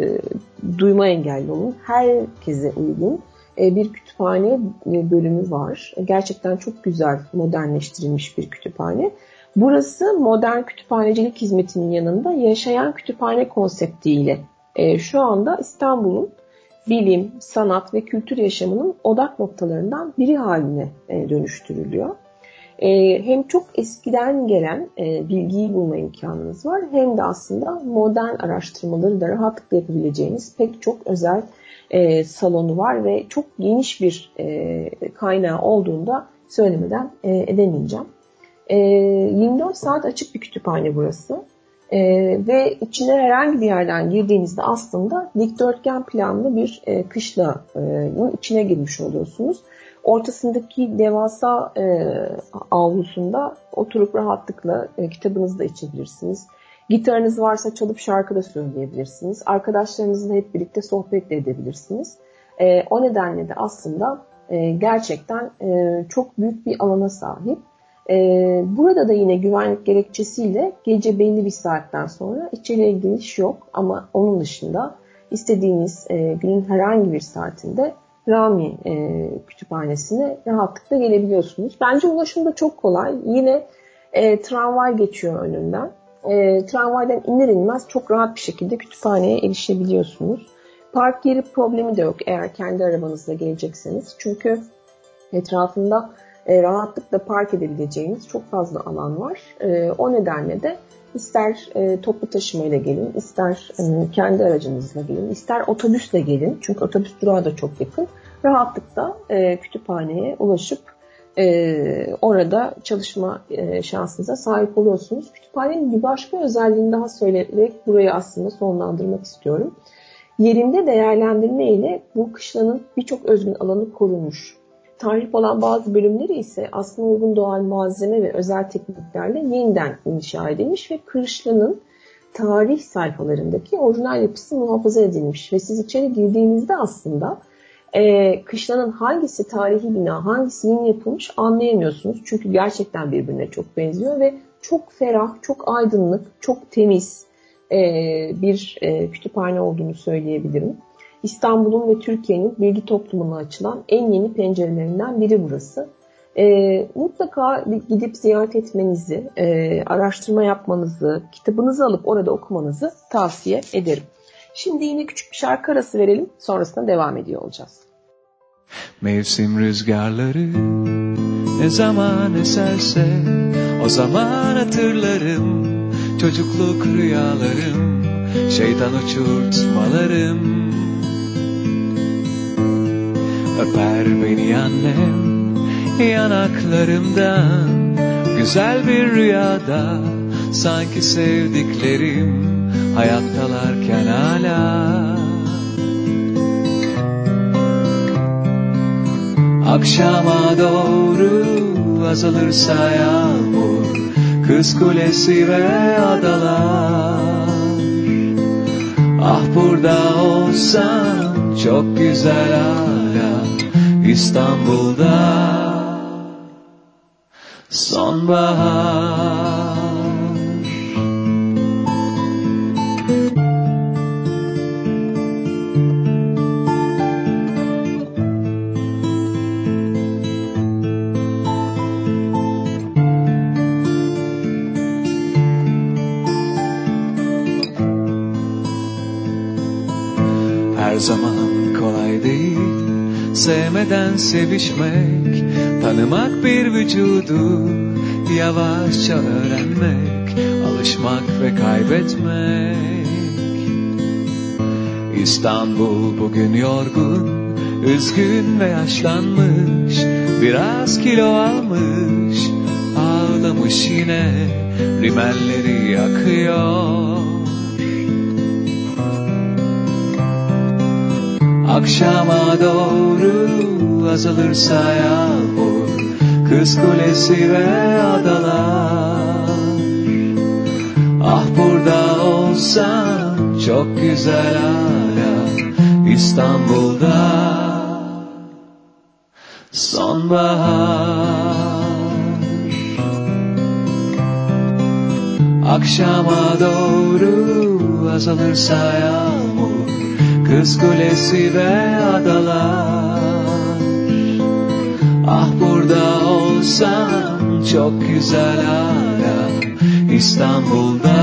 duyma engelli olun. Herkese uygun e, bir kütüphane bölümü var. Gerçekten çok güzel, modernleştirilmiş bir kütüphane. Burası modern kütüphanecilik hizmetinin yanında yaşayan kütüphane konseptiyle e, şu anda İstanbul'un bilim, sanat ve kültür yaşamının odak noktalarından biri haline e, dönüştürülüyor. Ee, hem çok eskiden gelen e, bilgiyi bulma imkanınız var hem de aslında modern araştırmaları da rahatlıkla yapabileceğiniz pek çok özel e, salonu var ve çok geniş bir e, kaynağı olduğunda söylemeden e, edemeyeceğim. E, yirmi dört saat açık bir kütüphane burası e, ve içine herhangi bir yerden girdiğinizde aslında dikdörtgen planlı bir e, kışlanın içine girmiş oluyorsunuz. Ortasındaki devasa e, avlusunda oturup rahatlıkla e, kitabınızı da içebilirsiniz. Gitarınız varsa çalıp şarkı da söyleyebilirsiniz. Arkadaşlarınızla hep birlikte sohbet de edebilirsiniz. E, o nedenle de aslında e, gerçekten e, çok büyük bir alana sahip. E, burada da yine güvenlik gerekçesiyle gece belli bir saatten sonra içeriye giriş yok. Ama onun dışında istediğiniz e, günün herhangi bir saatinde Rami e, kütüphanesine rahatlıkla gelebiliyorsunuz. Bence ulaşım da çok kolay. Yine e, tramvay geçiyor önünden. E, tramvaydan iner inmez çok rahat bir şekilde kütüphaneye erişebiliyorsunuz. Park yeri problemi de yok eğer kendi arabanızla gelecekseniz. Çünkü etrafında e, rahatlıkla park edebileceğiniz çok fazla alan var. E, o nedenle de ister e, toplu taşımayla gelin, ister e, kendi aracınızla gelin, ister otobüsle gelin. Çünkü otobüs durağı da çok yakın. Rahatlıkla e, kütüphaneye ulaşıp e, orada çalışma e, şansınıza sahip oluyorsunuz. Kütüphanenin bir başka özelliğini daha söyleyerek burayı aslında sonlandırmak istiyorum. Yerinde değerlendirme ile bu kışlanın birçok özgün alanı korunmuş. Tarih olan bazı bölümleri ise aslında uygun doğal malzeme ve özel tekniklerle yeniden inşa edilmiş ve kışlanın tarih sayfalarındaki orijinal yapısı muhafaza edilmiş. Ve siz içeri girdiğinizde aslında Ee, kışlanın hangisi tarihi bina, hangisi yeni yapılmış anlayamıyorsunuz. Çünkü gerçekten birbirine çok benziyor ve çok ferah, çok aydınlık, çok temiz e, bir e, kütüphane olduğunu söyleyebilirim. İstanbul'un ve Türkiye'nin bilgi toplumuna açılan en yeni pencerelerinden biri burası. E, mutlaka gidip ziyaret etmenizi, e, araştırma yapmanızı, kitabınızı alıp orada okumanızı tavsiye ederim. Şimdi yine küçük bir şarkı arası verelim, sonrasında devam ediyor olacağız. Mevsim rüzgarları ne zaman eserse o zaman hatırlarım çocukluk rüyalarım, şeytan uçurtmalarım. Öper beni annem yanaklarımdan, güzel bir rüyada sanki sevdiklerim hayattalarken hala. Akşama doğru azalırsa yağmur, Kız Kulesi ve adalar. Ah burada olsam çok güzel hala, İstanbul'da sonbahar. Her zaman kolay değil sevmeden sevişmek, tanımak bir vücudu, yavaşça öğrenmek, alışmak ve kaybetmek. İstanbul bugün yorgun, üzgün ve yaşlanmış, biraz kilo almış, ağlamış yine, rimelleri yakıyor. Akşama doğru azalırsa yağmur, Kız Kulesi ve adalar. Ah burada olsam çok güzel hala, İstanbul'da sonbahar. Akşama doğru azalırsa yağmur, Kız Kulesi ve adalar. Ah burada olsam çok güzel hala, İstanbul'da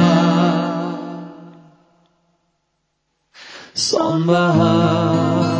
sonbahar.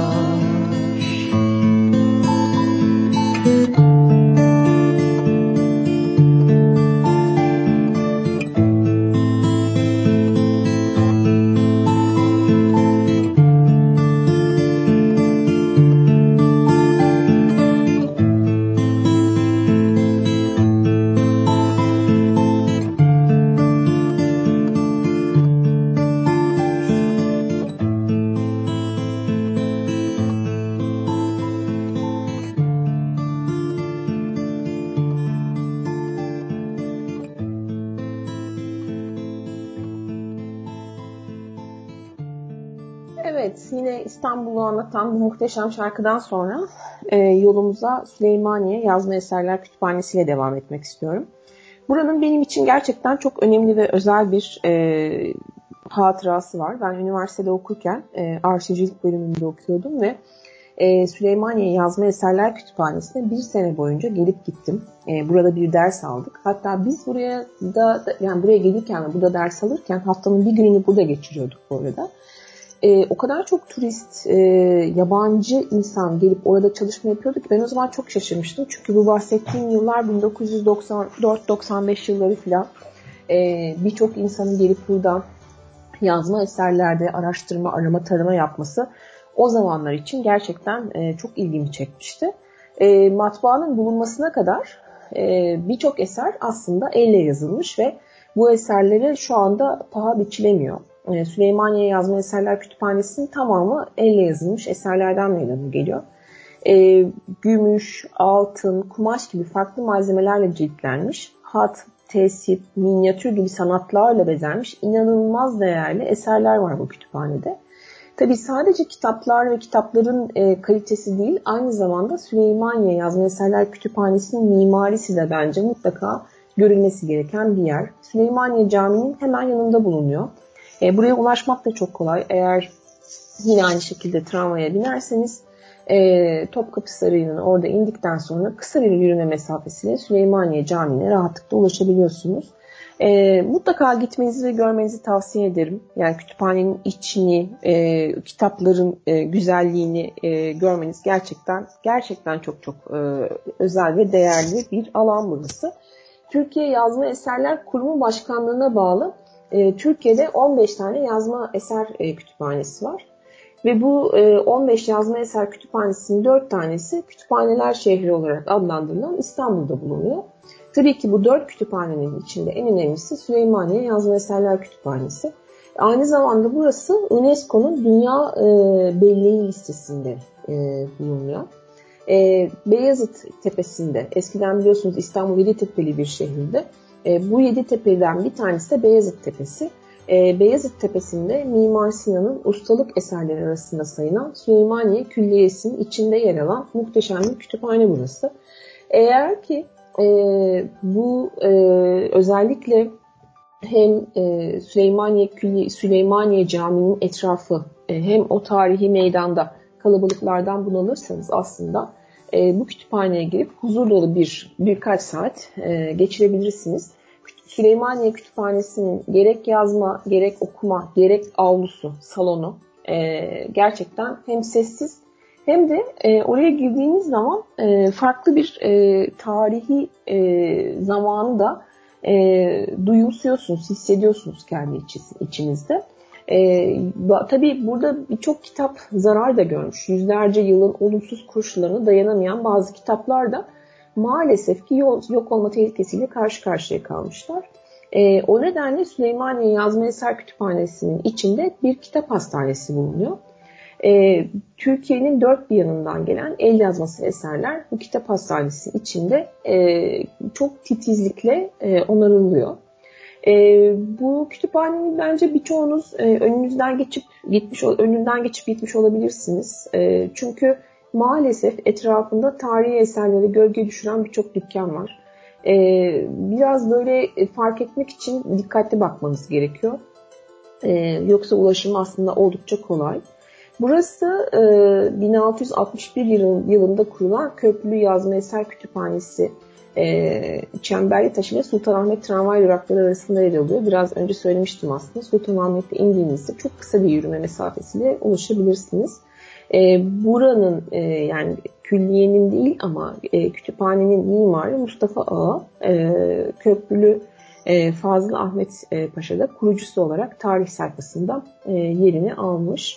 Evet, yine İstanbul'u anlatan bu muhteşem şarkıdan sonra e, yolumuza Süleymaniye Yazma Eserler Kütüphanesi ile devam etmek istiyorum. Buranın benim için gerçekten çok önemli ve özel bir e, hatırası var. Ben üniversitede okurken e, arşivcilik bölümünde okuyordum ve e, Süleymaniye Yazma Eserler Kütüphanesi'ne bir sene boyunca gelip gittim. E, burada bir ders aldık. Hatta biz buraya da yani buraya gelirken ve burada ders alırken haftanın bir gününü burada geçiriyorduk bu arada. Ee, o kadar çok turist, e, yabancı insan gelip orada çalışma yapıyordu ki ben o zaman çok şaşırmıştım. Çünkü bu bahsettiğim yıllar bin dokuz yüz doksan dört doksan beş yılları falan. Ee, birçok insanın gelip burada yazma eserlerde araştırma, arama, tarama yapması o zamanlar için gerçekten e, çok ilgimi çekmişti. E, matbaanın bulunmasına kadar e, birçok eser aslında elle yazılmış ve bu eserlere şu anda paha biçilemiyor. Süleymaniye Yazma Eserler Kütüphanesi'nin tamamı elle yazılmış eserlerden meydana geliyor. E, gümüş, altın, kumaş gibi farklı malzemelerle ciltlenmiş, hat, tesip, minyatür gibi sanatlarla bezenmiş inanılmaz değerli eserler var bu kütüphanede. Tabii sadece kitaplar ve kitapların e, kalitesi değil, aynı zamanda Süleymaniye Yazma Eserler Kütüphanesi'nin mimarisi de bence mutlaka görülmesi gereken bir yer. Süleymaniye Camii'nin hemen yanında bulunuyor. E, buraya ulaşmak da çok kolay. Eğer yine aynı şekilde tramvaya binerseniz e, Topkapı Sarayı'nın orada indikten sonra kısa bir yürüme mesafesiyle Süleymaniye Camii'ne rahatlıkla ulaşabiliyorsunuz. E, mutlaka gitmenizi ve görmenizi tavsiye ederim. Yani kütüphanenin içini, e, kitapların e, güzelliğini e, görmeniz gerçekten gerçekten çok çok e, özel ve değerli bir alan burası. Türkiye Yazma Eserler Kurumu Başkanlığı'na bağlı e, Türkiye'de on beş tane yazma eser e, kütüphanesi var. Ve bu e, on beş yazma eser kütüphanesinin dört tanesi kütüphaneler şehri olarak adlandırılan İstanbul'da bulunuyor. Tabii ki bu dört kütüphanenin içinde en önemlisi Süleymaniye Yazma Eserler Kütüphanesi. Aynı zamanda burası UNESCO'nun Dünya e, Belleği listesinde e, bulunuyor. E, Beyazıt Tepesi'nde, eskiden biliyorsunuz İstanbul Yeditepe'li bir şehirdi. E, bu Yeditepe'den bir tanesi de Beyazıt Tepesi. E, Beyazıt Tepesi'nde Mimar Sinan'ın ustalık eserleri arasında sayılan Süleymaniye Külliyesi'nin içinde yer alan muhteşem bir kütüphane burası. Eğer ki e, bu e, özellikle hem e, Süleymaniye Külliye, Süleymaniye Camii'nin etrafı e, hem o tarihi meydanda kalabalıklardan bunalırsanız aslında e, bu kütüphaneye girip huzur dolu bir birkaç saat e, geçirebilirsiniz. Süleymaniye Kütüphanesi'nin gerek yazma, gerek okuma, gerek avlusu, salonu e, gerçekten hem sessiz hem de e, oraya girdiğiniz zaman e, farklı bir e, tarihi e, zamanı da e, duyumsuyorsunuz, hissediyorsunuz kendi içinizde. E, tabii burada birçok kitap zarar da görmüş. Yüzlerce yılın olumsuz koşullarına dayanamayan bazı kitaplar da maalesef ki yok olma tehlikesiyle karşı karşıya kalmışlar. E, o nedenle Süleymaniye Yazma Eser Kütüphanesi'nin içinde bir kitap hastanesi bulunuyor. E, Türkiye'nin dört bir yanından gelen el yazması eserler bu kitap hastanesinin içinde e, çok titizlikle e, onarılıyor. E, bu kütüphanenin bence birçoğunuz e, önünüzden geçip gitmiş önünden geçip gitmiş olabilirsiniz. E, çünkü maalesef etrafında tarihi eserlere gölge düşüren birçok dükkan var. Ee, biraz böyle fark etmek için dikkatli bakmanız gerekiyor. Ee, yoksa ulaşım aslında oldukça kolay. Burası e, bin altı yüz altmış bir yılında kurulan Köprülü Yazma Eser Kütüphanesi e, Çemberlitaşı ile Sultanahmet tramvay durakları arasında yer alıyor. Biraz önce söylemiştim aslında. Sultanahmet'te indiğinizde çok kısa bir yürüme mesafesiyle ulaşabilirsiniz. E, buranın e, yani külliyenin değil ama e, kütüphanenin mimarı Mustafa Ağa, e, Köprülü e, Fazıl Ahmet e, Paşa'da kurucusu olarak tarih sayfasında e, yerini almış.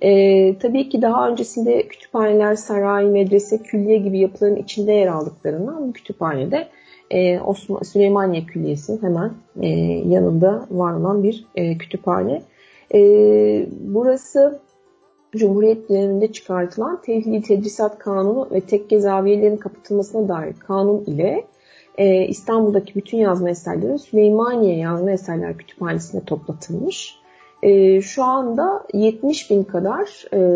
E, tabii ki daha öncesinde kütüphaneler, saray, medrese, külliye gibi yapıların içinde yer aldıklarından bu kütüphanede e, Osman, Süleymaniye Külliyesi'nin hemen e, yanında var olan bir e, kütüphane. E, burası Cumhuriyet döneminde çıkartılan Tevhid-i Tedrisat Kanunu ve tekke zaviyelerin kapatılmasına dair kanun ile e, İstanbul'daki bütün yazma eserleri Süleymaniye Yazma Eserler Kütüphanesi'ne toplatılmış. E, şu anda yetmiş bin kadar e,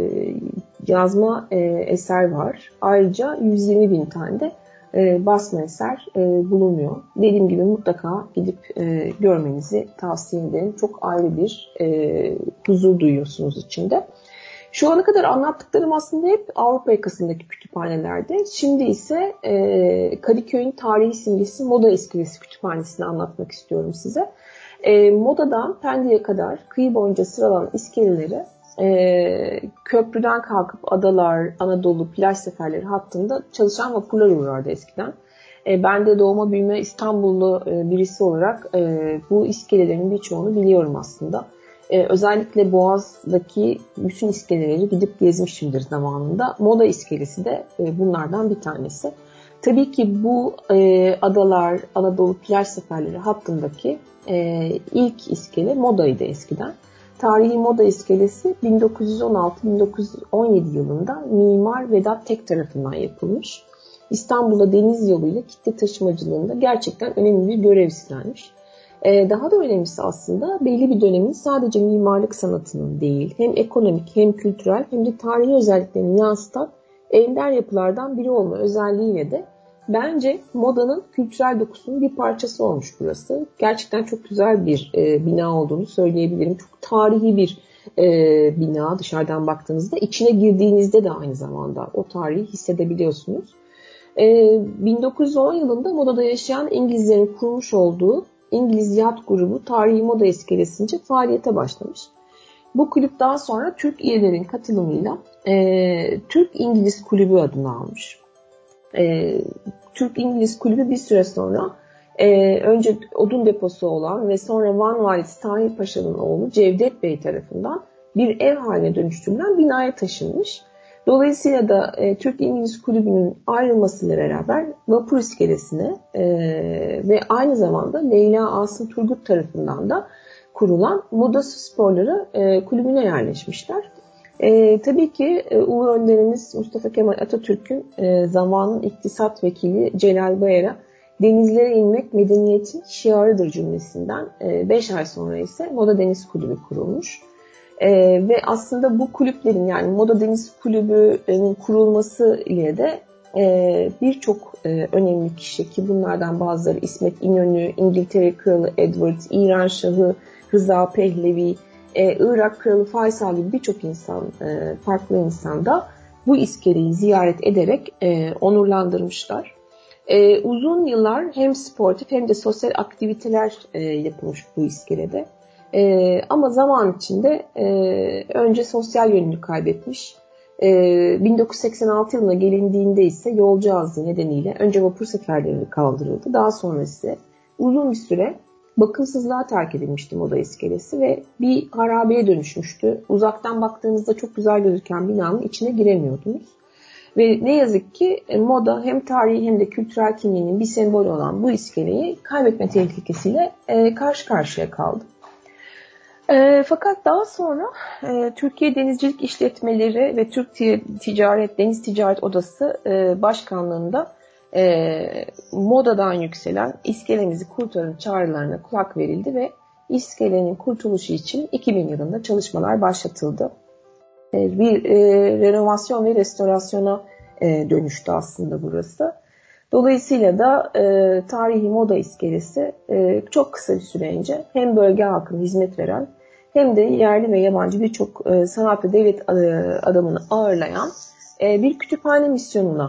yazma e, eser var. Ayrıca yüz yirmi bin tane de e, basma eser e, bulunuyor. Dediğim gibi mutlaka gidip e, görmenizi tavsiye ederim. Çok ayrı bir e, huzur duyuyorsunuz içinde. Şu ana kadar anlattıklarım aslında hep Avrupa yakasındaki kütüphanelerde. Şimdi ise e, Kadıköy'ün tarihi simgesi Moda İskelesi Kütüphanesi'ni anlatmak istiyorum size. E, Moda'dan Pendik'e kadar kıyı boyunca sıralanan iskeleleri e, köprüden kalkıp adalar, Anadolu, plaj seferleri hattında çalışan vapurlar uğrardı eskiden. E, ben de doğma büyüme İstanbullu e, birisi olarak e, bu iskelelerin birçoğunu biliyorum aslında. Ee, özellikle Boğaz'daki bütün iskeleleri gidip gezmişimdir zamanında. Moda iskelesi de e, bunlardan bir tanesi. Tabii ki bu e, adalar, Anadolu plaj seferleri hattındaki e, ilk iskele Moda'ydı eskiden. Tarihi Moda iskelesi bin dokuz yüz on altı bin dokuz yüz on yedi yılında Mimar Vedat Tek tarafından yapılmış. İstanbul'da deniz yoluyla kitle taşımacılığında gerçekten önemli bir görev üstlenmiş. Ee, daha da önemlisi aslında belli bir dönemin sadece mimarlık sanatının değil, hem ekonomik hem kültürel hem de tarihi özelliklerini yansıtan ender yapılardan biri olma özelliğiyle de bence modanın kültürel dokusunun bir parçası olmuş burası. Gerçekten çok güzel bir e, bina olduğunu söyleyebilirim. Çok tarihi bir e, bina dışarıdan baktığınızda. İçine girdiğinizde de aynı zamanda o tarihi hissedebiliyorsunuz. E, bin dokuz yüz on yılında modada yaşayan İngilizlerin kurmuş olduğu İngiliz Yat Grubu tarihi moda iskelesince faaliyete başlamış. Bu kulüp daha sonra Türk üyelerin katılımıyla e, Türk-İngiliz Kulübü adını almış. E, Türk-İngiliz Kulübü bir süre sonra e, önce odun deposu olan ve sonra Van valisi Tahir Paşa'nın oğlu Cevdet Bey tarafından bir ev haline dönüştürülen binaya taşınmış. Dolayısıyla da e, Türk-İngiliz Kulübü'nün ayrılmasıyla beraber vapur iskelesine e, ve aynı zamanda Leyla Asım Turgut tarafından da kurulan Moda Sporları e, kulübüne yerleşmişler. E, tabii ki e, Ulu Önderimiz Mustafa Kemal Atatürk'ün e, zamanın iktisat vekili Celal Bayar'a denizlere inmek medeniyetin şiarıdır cümlesinden beş e, ay sonra ise Moda Deniz Kulübü kurulmuş. E, ve aslında bu kulüplerin yani Moda Deniz Kulübü'nün kurulması ile de e, birçok e, önemli kişi ki bunlardan bazıları İsmet İnönü, İngiltere Kralı Edward, İran Şahı Rıza Pehlevi, Ee, Irak Kralı Faysal gibi birçok insan, e, farklı insan da bu iskeleyi ziyaret ederek e, onurlandırmışlar. E, uzun yıllar hem sportif hem de sosyal aktiviteler e, yapılmış bu iskelede. E, ama zaman içinde e, önce sosyal yönünü kaybetmiş. E, bin dokuz yüz seksen altı yılına gelindiğinde ise yolcu azlığı nedeniyle önce vapur seferleri kaldırıldı. Daha sonra ise uzun bir süre bakımsızlığa terk edilmişti moda iskelesi ve bir harabeye dönüşmüştü. Uzaktan baktığınızda çok güzel gözüken binanın içine giremiyordunuz. Ve ne yazık ki moda hem tarihi hem de kültürel kimliğinin bir sembolü olan bu iskeleyi kaybetme tehlikesiyle karşı karşıya kaldı. E, fakat daha sonra e, Türkiye Denizcilik İşletmeleri ve Türk Ticaret Deniz Ticaret Odası e, Başkanlığı'nda E, modadan yükselen iskelemizi kurtarın çağrılarına kulak verildi ve iskelenin kurtuluşu için iki bin yılında çalışmalar başlatıldı. E, bir e, renovasyon ve restorasyona e, dönüştü aslında burası. Dolayısıyla da e, tarihi moda iskelesi e, çok kısa bir süre önce hem bölge halkına hizmet veren hem de yerli ve yabancı birçok e, sanat ve devlet e, adamını ağırlayan bir kütüphane misyonuna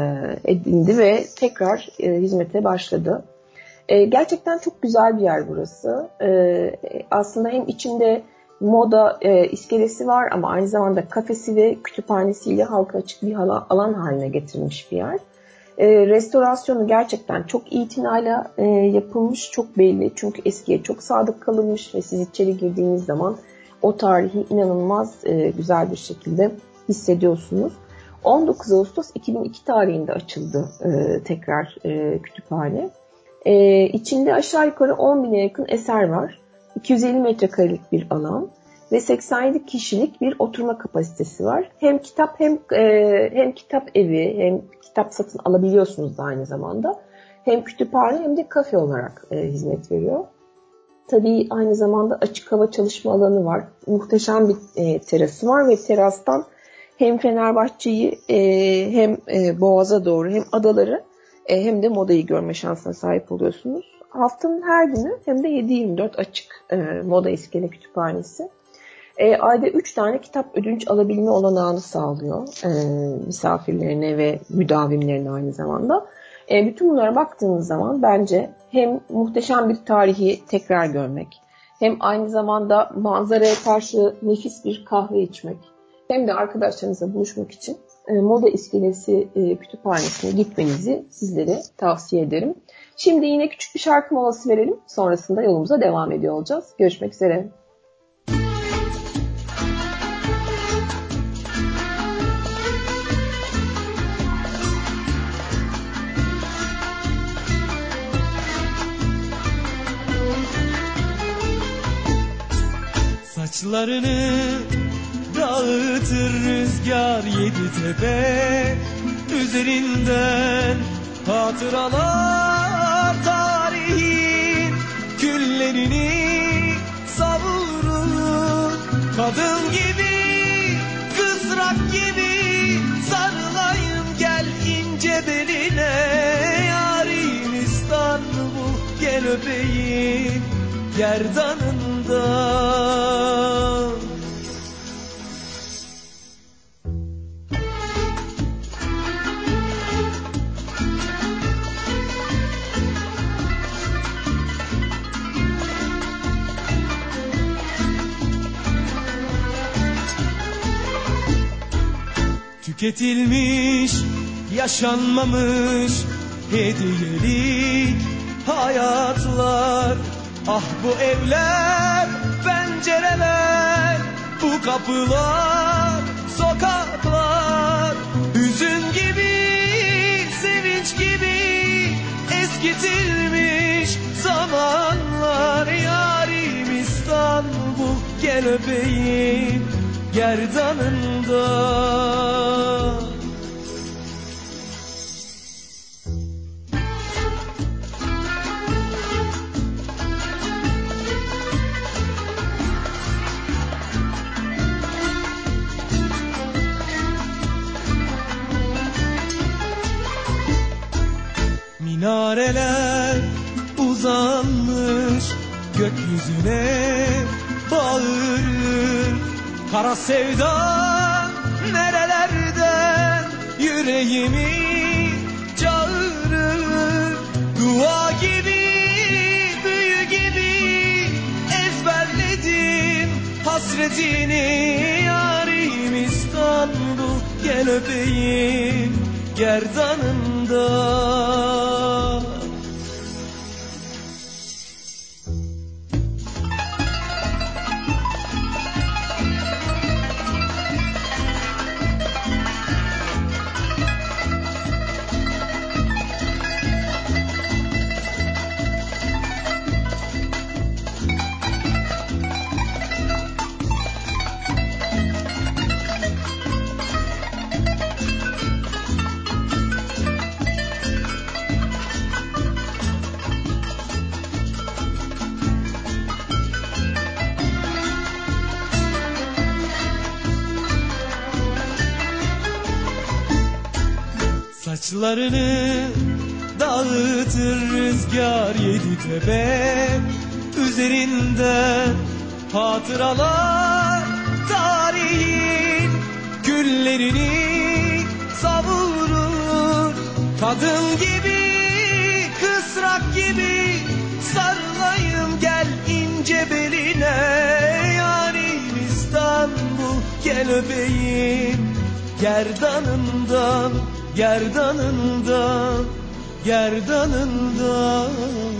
edindi ve tekrar hizmete başladı. Gerçekten çok güzel bir yer burası. Aslında hem içinde moda iskelesi var ama aynı zamanda kafesi ve kütüphanesiyle halka açık bir alan haline getirilmiş bir yer. Restorasyonu gerçekten çok itinayla yapılmış, çok belli. Çünkü eskiye çok sadık kalınmış ve siz içeri girdiğiniz zaman o tarihi inanılmaz güzel bir şekilde hissediyorsunuz. on dokuz Ağustos iki bin iki tarihinde açıldı e, tekrar e, kütüphane. E, içinde aşağı yukarı on bine yakın eser var. iki yüz elli metrekarelik bir alan ve seksen yedi kişilik bir oturma kapasitesi var. Hem kitap hem e, hem kitap evi hem kitap satın alabiliyorsunuz da aynı zamanda. Hem kütüphane hem de kafe olarak e, hizmet veriyor. Tabii aynı zamanda açık hava çalışma alanı var. Muhteşem bir e, terası var ve terastan hem Fenerbahçe'yi e, hem e, Boğaz'a doğru hem adaları e, hem de modayı görme şansına sahip oluyorsunuz. Haftanın her günü hem de yedi yirmi dört açık e, Moda İskele Kütüphanesi. E, ayda üç tane kitap ödünç alabilme olanağını sağlıyor e, misafirlerine ve müdavimlerine aynı zamanda. E, bütün bunlara baktığınız zaman bence hem muhteşem bir tarihi tekrar görmek, hem aynı zamanda manzaraya karşı nefis bir kahve içmek, hem de arkadaşlarınızla buluşmak için e, Moda İskelesi e, Kütüphanesi'ne gitmenizi sizlere tavsiye ederim. Şimdi yine küçük bir şarkı molası verelim. Sonrasında yolumuza devam ediyor olacağız. Görüşmek üzere. Saçlarını dağıtır rüzgar yedi tepe, üzerinden hatıralar tarihin külleri küllerini savurur. Kadın gibi, kızrak gibi sarılayım gel ince beline. Yarim İstanbul gel öpeyim gerdanından. Tüketilmiş, yaşanmamış hediyelik hayatlar. Ah bu evler, pencereler, bu kapılar, sokaklar. Hüzün gibi, sevinç gibi eskitilmiş zamanlar. Yarim İstanbul gel öpeyim gerdanından. Minareler uzanmış gökyüzüne bağırır. Kara sevdan nerelerden yüreğimi çağırır. Dua gibi, büyü gibi ezberledim hasretini. Yarim İstanbul gel öpeyim gerdanından. Saçlarını dağıtır rüzgar yedi tepe. Üzerinden hatıralar tarihin güllerini savurur. Kadın gibi, kısrak gibi sarılayım gel ince beline. Yarim İstanbul gel öpeyim gerdanından. Gerdanından, gerdanından.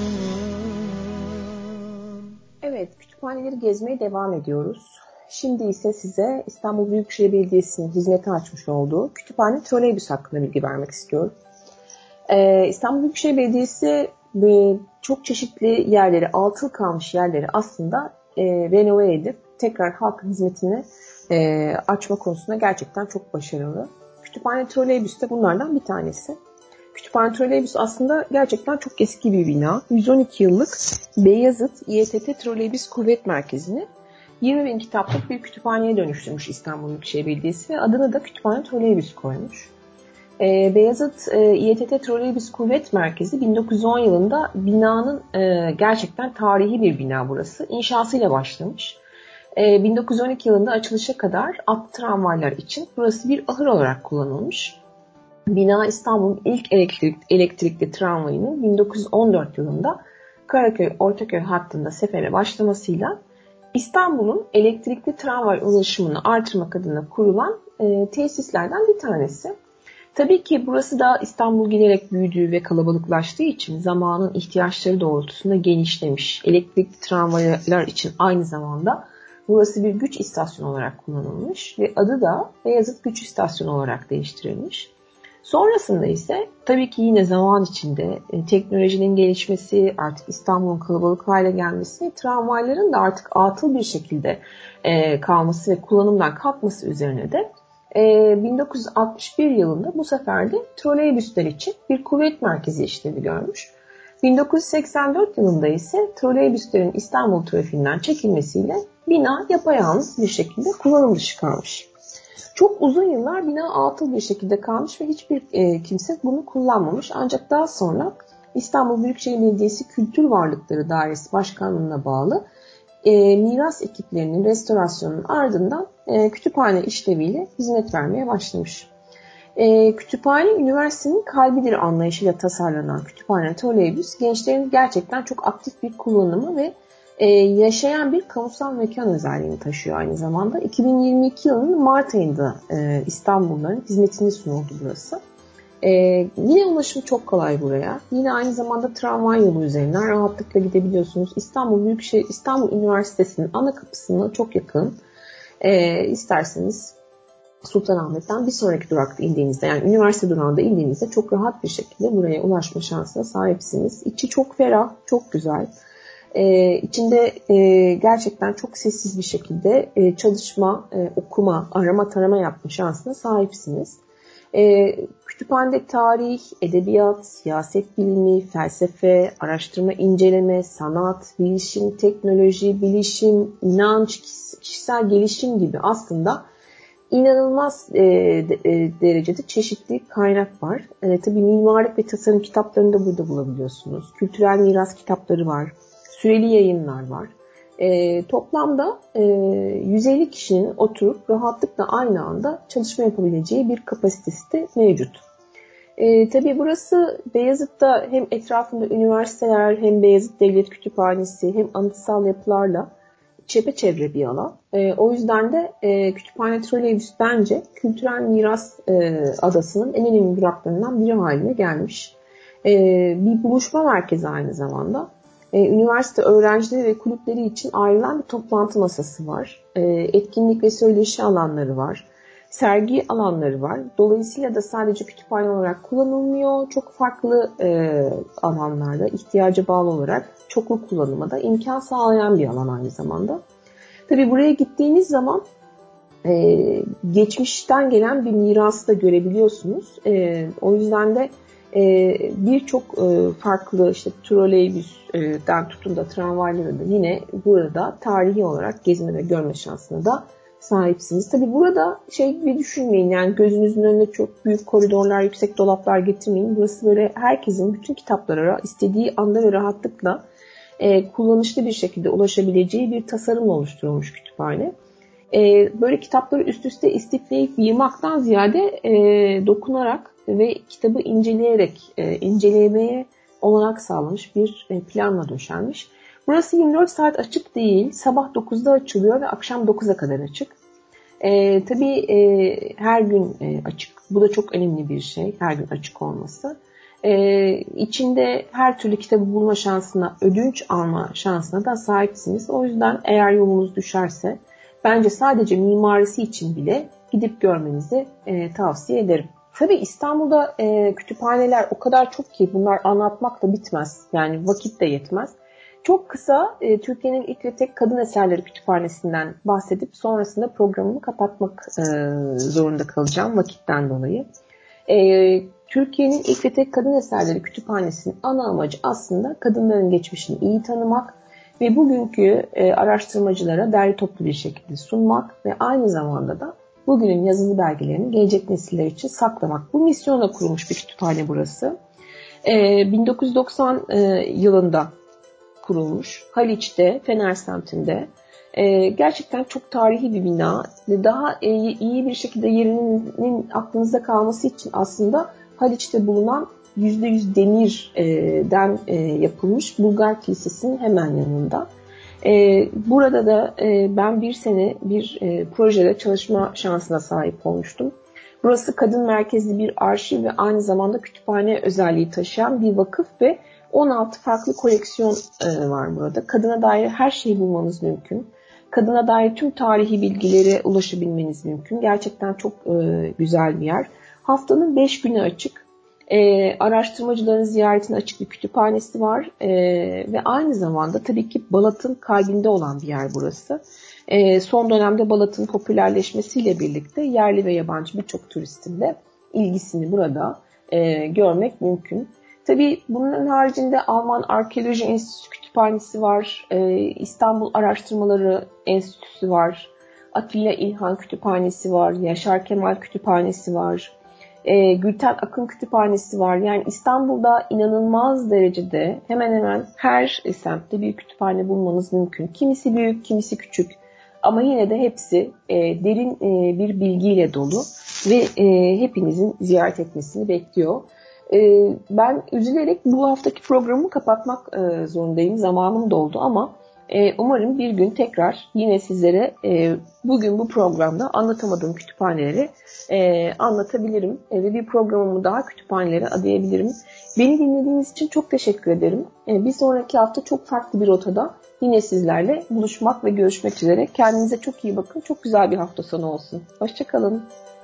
Evet, kütüphaneleri gezmeye devam ediyoruz. Şimdi ise size İstanbul Büyükşehir Belediyesi'nin hizmete açmış olduğu kütüphane troleybüs hakkında bilgi vermek istiyorum. Ee, İstanbul Büyükşehir Belediyesi e, çok çeşitli yerleri, altıl kalmış yerleri aslında e, renove edip tekrar halkın hizmetine e, açma konusunda gerçekten çok başarılı. Kütüphane Troleybüs de bunlardan bir tanesi. Kütüphane Troleybüs aslında gerçekten çok eski bir bina. yüz on iki yıllık Beyazıt İ E T T Troleybüs Kuvvet Merkezi'ni yirmi bin kitaplık bir kütüphaneye dönüştürmüş İstanbul Büyükşehir Belediyesi ve adını da Kütüphane Troleybüs koymuş. Ee, Beyazıt e, İ E T T Troleybüs Kuvvet Merkezi bin dokuz yüz on yılında binanın e, gerçekten tarihi bir bina burası. İnşasıyla başlamış. bin dokuz yüz on iki yılında açılışa kadar atlı tramvaylar için burası bir ahır olarak kullanılmış. Bina İstanbul'un ilk elektrik, elektrikli tramvayının bin dokuz yüz on dört yılında Karaköy-Ortaköy hattında sefere başlamasıyla İstanbul'un elektrikli tramvay ulaşımını artırmak adına kurulan e, tesislerden bir tanesi. Tabii ki burası da İstanbul giderek büyüdüğü ve kalabalıklaştığı için zamanın ihtiyaçları doğrultusunda genişlemiş. Elektrikli tramvaylar için aynı zamanda burası bir güç istasyonu olarak kullanılmış ve adı da Beyazıt Güç İstasyonu olarak değiştirilmiş. Sonrasında ise tabii ki yine zaman içinde teknolojinin gelişmesi, artık İstanbul'un kalabalık hale gelmesi, tramvayların da artık atıl bir şekilde kalması ve kullanımdan kalkması üzerine de bin dokuz yüz altmış bir yılında bu sefer de troleybüsler için bir kuvvet merkezi işlevi görmüş. bin dokuz yüz seksen dört yılında ise troleybüslerin İstanbul trafiğinden çekilmesiyle bina yapayalnız bir şekilde kullanım dışı kalmış. Çok uzun yıllar bina atıl bir şekilde kalmış ve hiçbir e, kimse bunu kullanmamış. Ancak daha sonra İstanbul Büyükşehir Belediyesi Kültür Varlıkları Dairesi Başkanlığı'na bağlı e, miras ekiplerinin restorasyonunun ardından e, kütüphane işleviyle hizmet vermeye başlamış. E, kütüphane üniversitenin kalbidir anlayışıyla tasarlanan kütüphane troleybüs gençlerin gerçekten çok aktif bir kullanımı ve e, yaşayan bir kamusal mekan özelliğini taşıyor aynı zamanda. iki bin yirmi iki yılının Mart ayında e, İstanbulluların hizmetine sunuldu burası. E, yine ulaşım çok kolay buraya. Yine aynı zamanda tramvay yolu üzerinden rahatlıkla gidebiliyorsunuz. İstanbul Büyükşehir İstanbul Üniversitesi'nin ana kapısına çok yakın. E, isterseniz Sultanahmet'ten bir sonraki durakta indiğinizde, yani üniversite durağında indiğinizde çok rahat bir şekilde buraya ulaşma şansına sahipsiniz. İçi çok ferah, çok güzel. Ee, içinde e, gerçekten çok sessiz bir şekilde e, çalışma, e, okuma, arama tarama yapma şansına sahipsiniz. E, kütüphanede tarih, edebiyat, siyaset bilimi, felsefe, araştırma, inceleme, sanat, bilişim, teknoloji, bilişim, inanç, kişisel gelişim gibi aslında İnanılmaz e, e, derecede çeşitli kaynak var. E, tabii mimarlık ve tasarım kitaplarını da burada bulabiliyorsunuz. Kültürel miras kitapları var. Süreli yayınlar var. E, toplamda e, yüz elli kişinin oturup rahatlıkla aynı anda çalışma yapabileceği bir kapasitesi de mevcut. E, tabii burası Beyazıt'ta hem etrafında üniversiteler, hem Beyazıt Devlet Kütüphanesi, hem anıtsal yapılarla çepeçevre bir alan. E, o yüzden de e, kütüphane troleybüs bence kültürel miras e, adasının en önemli duraklarından biri haline gelmiş. E, bir buluşma merkezi aynı zamanda. E, üniversite öğrencileri ve kulüpleri için ayrılan bir toplantı masası var. E, etkinlik ve söyleşi alanları var. Sergi alanları var. Dolayısıyla da sadece kütüphane olarak kullanılmıyor. Çok farklı e, alanlarda ihtiyaca bağlı olarak çoklu kullanıma da imkan sağlayan bir alan aynı zamanda. Tabii buraya gittiğiniz zaman e, geçmişten gelen bir mirası da görebiliyorsunuz. E, o yüzden de e, birçok e, farklı işte troleybüsten tutun da tramvayları da yine burada tarihi olarak gezme ve görme şansına da sahipsiniz. Tabii burada şey gibi düşünmeyin, yani gözünüzün önüne çok büyük koridorlar, yüksek dolaplar getirmeyin. Burası böyle herkesin bütün kitaplara istediği anda ve rahatlıkla e, kullanışlı bir şekilde ulaşabileceği bir tasarımla oluşturulmuş kütüphane. E, böyle kitapları üst üste istifleyip yığmaktan ziyade e, dokunarak ve kitabı inceleyerek e, incelemeye olanak sağlamış bir e, planla döşenmiş. Burası yirmi dört saat açık değil. Sabah dokuzda açılıyor ve akşam dokuza kadar açık. E, tabii e, her gün e, açık. Bu da çok önemli bir şey. Her gün açık olması. E, içinde her türlü kitabı bulma şansına, ödünç alma şansına da sahipsiniz. O yüzden eğer yolunuz düşerse bence sadece mimarisi için bile gidip görmenizi e, tavsiye ederim. Tabii İstanbul'da e, kütüphaneler o kadar çok ki bunlar anlatmakla bitmez. Yani vakit de yetmez. Çok kısa e, Türkiye'nin ilk ve tek kadın eserleri kütüphanesinden bahsedip sonrasında programımı kapatmak e, zorunda kalacağım vakitten dolayı. E, Türkiye'nin ilk ve tek kadın eserleri kütüphanesinin ana amacı aslında kadınların geçmişini iyi tanımak ve bugünkü e, araştırmacılara derli toplu bir şekilde sunmak ve aynı zamanda da bugünün yazılı belgelerini gelecek nesiller için saklamak. Bu misyonla kurulmuş bir kütüphane burası. E, bin dokuz yüz doksan e, yılında kurulmuş. Haliç'te, Fener semtinde. Ee, gerçekten çok tarihi bir bina. Daha e, iyi bir şekilde yerinin aklınızda kalması için aslında Haliç'te bulunan yüzde yüz demirden e, yapılmış Bulgar Kilisesi'nin hemen yanında. E, burada da e, ben bir sene bir e, projede çalışma şansına sahip olmuştum. Burası kadın merkezli bir arşiv ve aynı zamanda kütüphane özelliği taşıyan bir vakıf ve on altı farklı koleksiyon e, var burada. Kadına dair her şeyi bulmanız mümkün. Kadına dair tüm tarihi bilgilere ulaşabilmeniz mümkün. Gerçekten çok e, güzel bir yer. Haftanın beş günü açık. E, araştırmacıların ziyaretine açık bir kütüphanesi var. E, ve aynı zamanda tabii ki Balat'ın kalbinde olan bir yer burası. E, son dönemde Balat'ın popülerleşmesiyle birlikte yerli ve yabancı birçok turistin de ilgisini burada e, görmek mümkün. Tabii bunların haricinde Alman Arkeoloji Enstitüsü Kütüphanesi var, e, İstanbul Araştırmaları Enstitüsü var, Atilla İlhan Kütüphanesi var, Yaşar Kemal Kütüphanesi var, e, Gülten Akın Kütüphanesi var. Yani İstanbul'da inanılmaz derecede hemen hemen her semtte bir kütüphane bulmanız mümkün. Kimisi büyük, kimisi küçük. Ama yine de hepsi e, derin e, bir bilgiyle dolu ve e, hepinizin ziyaret etmesini bekliyor. E, ben üzülerek bu haftaki programı kapatmak e, zorundayım. Zamanım doldu ama e, umarım bir gün tekrar yine sizlere e, bugün bu programda anlatamadığım kütüphaneleri e, anlatabilirim. E, ve bir programımı daha kütüphanelere adayabilirim. Beni dinlediğiniz için çok teşekkür ederim. E, bir sonraki hafta çok farklı bir rotada yine sizlerle buluşmak ve görüşmek üzere. Kendinize çok iyi bakın. Çok güzel bir hafta sonu olsun. Hoşça kalın.